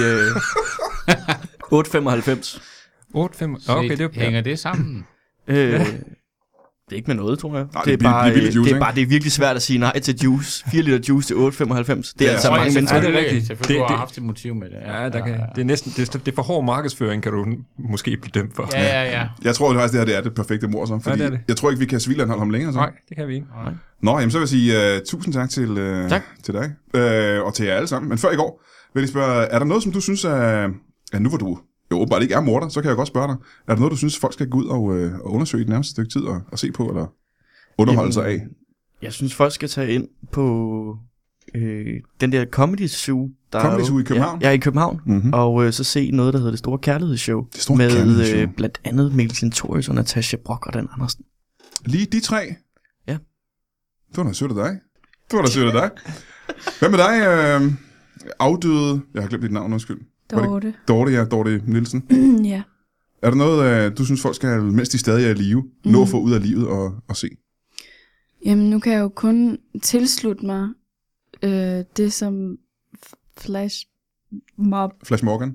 8,95. 8,5. Okay, det er jo... hænger det sammen. Det er ikke med noget, tror jeg. Nej, det er det er bare, billig juice, det er ikke? bare det er virkelig svært at sige nej til juice. 4 liter juice til 8,95. Det er Ja, altså jeg mange mennesker. det er rigtigt. Selvfølgelig, du Det- har haft et motiv med det. Ja, der kan, det er næsten det er for hård markedsføring, kan du måske blive dømt for. Ja. Jeg tror faktisk, det her det er det perfekte mor, så. Fordi det er det. jeg tror ikke, vi kan civilanholde ham længere, så. Nej, det kan vi ikke. Nå, jamen så vil jeg sige tusind tak til, Tak. til dig. Og til jer alle sammen. Men før i går, vil jeg spørge, er der noget, som du synes er nu hvor du jo åbenbart ikke er morder, så kan jeg godt spørge dig. Er der noget, du synes, folk skal gå ud og undersøge i det nærmeste stykke tid og se på, eller underholde sig af? Jeg synes, folk skal tage ind på den der Comedy Zoo. Der Comedy er jo- Zoo i København? Ja, i København. Mhm. Og så se noget, der hedder Det Store Kærlighedsshow. Det Store med Kærlighedsshow. blandt andet Mikkel Klintorius og Natasha Brock og Dan Andersen. Lige de 3? Ja. Det var da sødt af dig. Hvad med dig, afdøde... Jeg har glemt dit navn, undskyld. Dorte. Dorte Nielsen. Ja. Er der noget, du synes, folk skal, mens de stadig er i live, nå at få ud af livet og se? Jamen, nu kan jeg jo kun tilslutte mig det, som Flash Morgan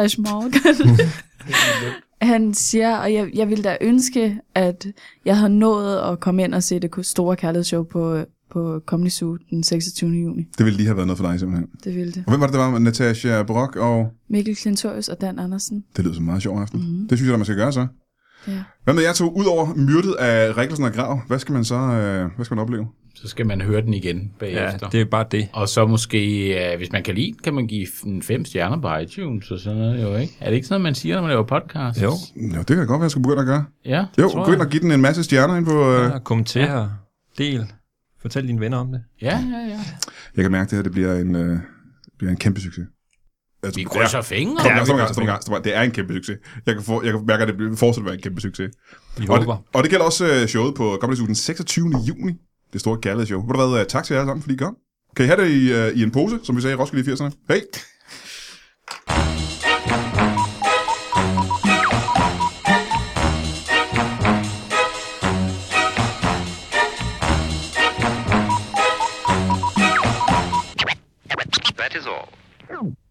han siger, og jeg ville da ønske, at jeg havde nået at komme ind og se Det Store Kærlighedsshow på Comedy Zoo den 26. juni. Det ville lige have været noget for dig, simpelthen. Det ville det. Og hvem var det var? Natasha Brock og... Mikkel Klintorius og Dan Andersen. Det lyder som en meget sjov aften. Mm-hmm. Det synes jeg, man skal gøre så. Ja. Hvad med jer to? Udover myrdet af Rikkelsen og Grav, hvad skal man så opleve? Så skal man høre den igen Ja, bagefter. det er bare det. Og så måske, hvis man kan lide, kan man give 5 stjerner på iTunes og sådan noget jo, ikke? Er det ikke sådan noget, man siger, når man laver podcast? Jo. Jo, det kan godt være, jeg skal begynde at gøre. Ja, Jo, tror gå ind jeg. og give den en masse stjerner ind på... Ja, kommenter, del, fortæl dine venner om det. Ja. Jeg kan mærke, at det her det bliver en kæmpe succes. Vi krydser fingre. Det er en kæmpe succes. Jeg kan mærke, at det fortsætter at være en kæmpe succes. Vi Og håber. og det gælder også showet på Comedy Zoo den 26. juni. Det store kærlighedsshow. Ved du hvad, tak til jer alle sammen, fordi I kom. Kan I have det i en pose, som vi sagde i Roskilde i 80'erne? Hej! That is all.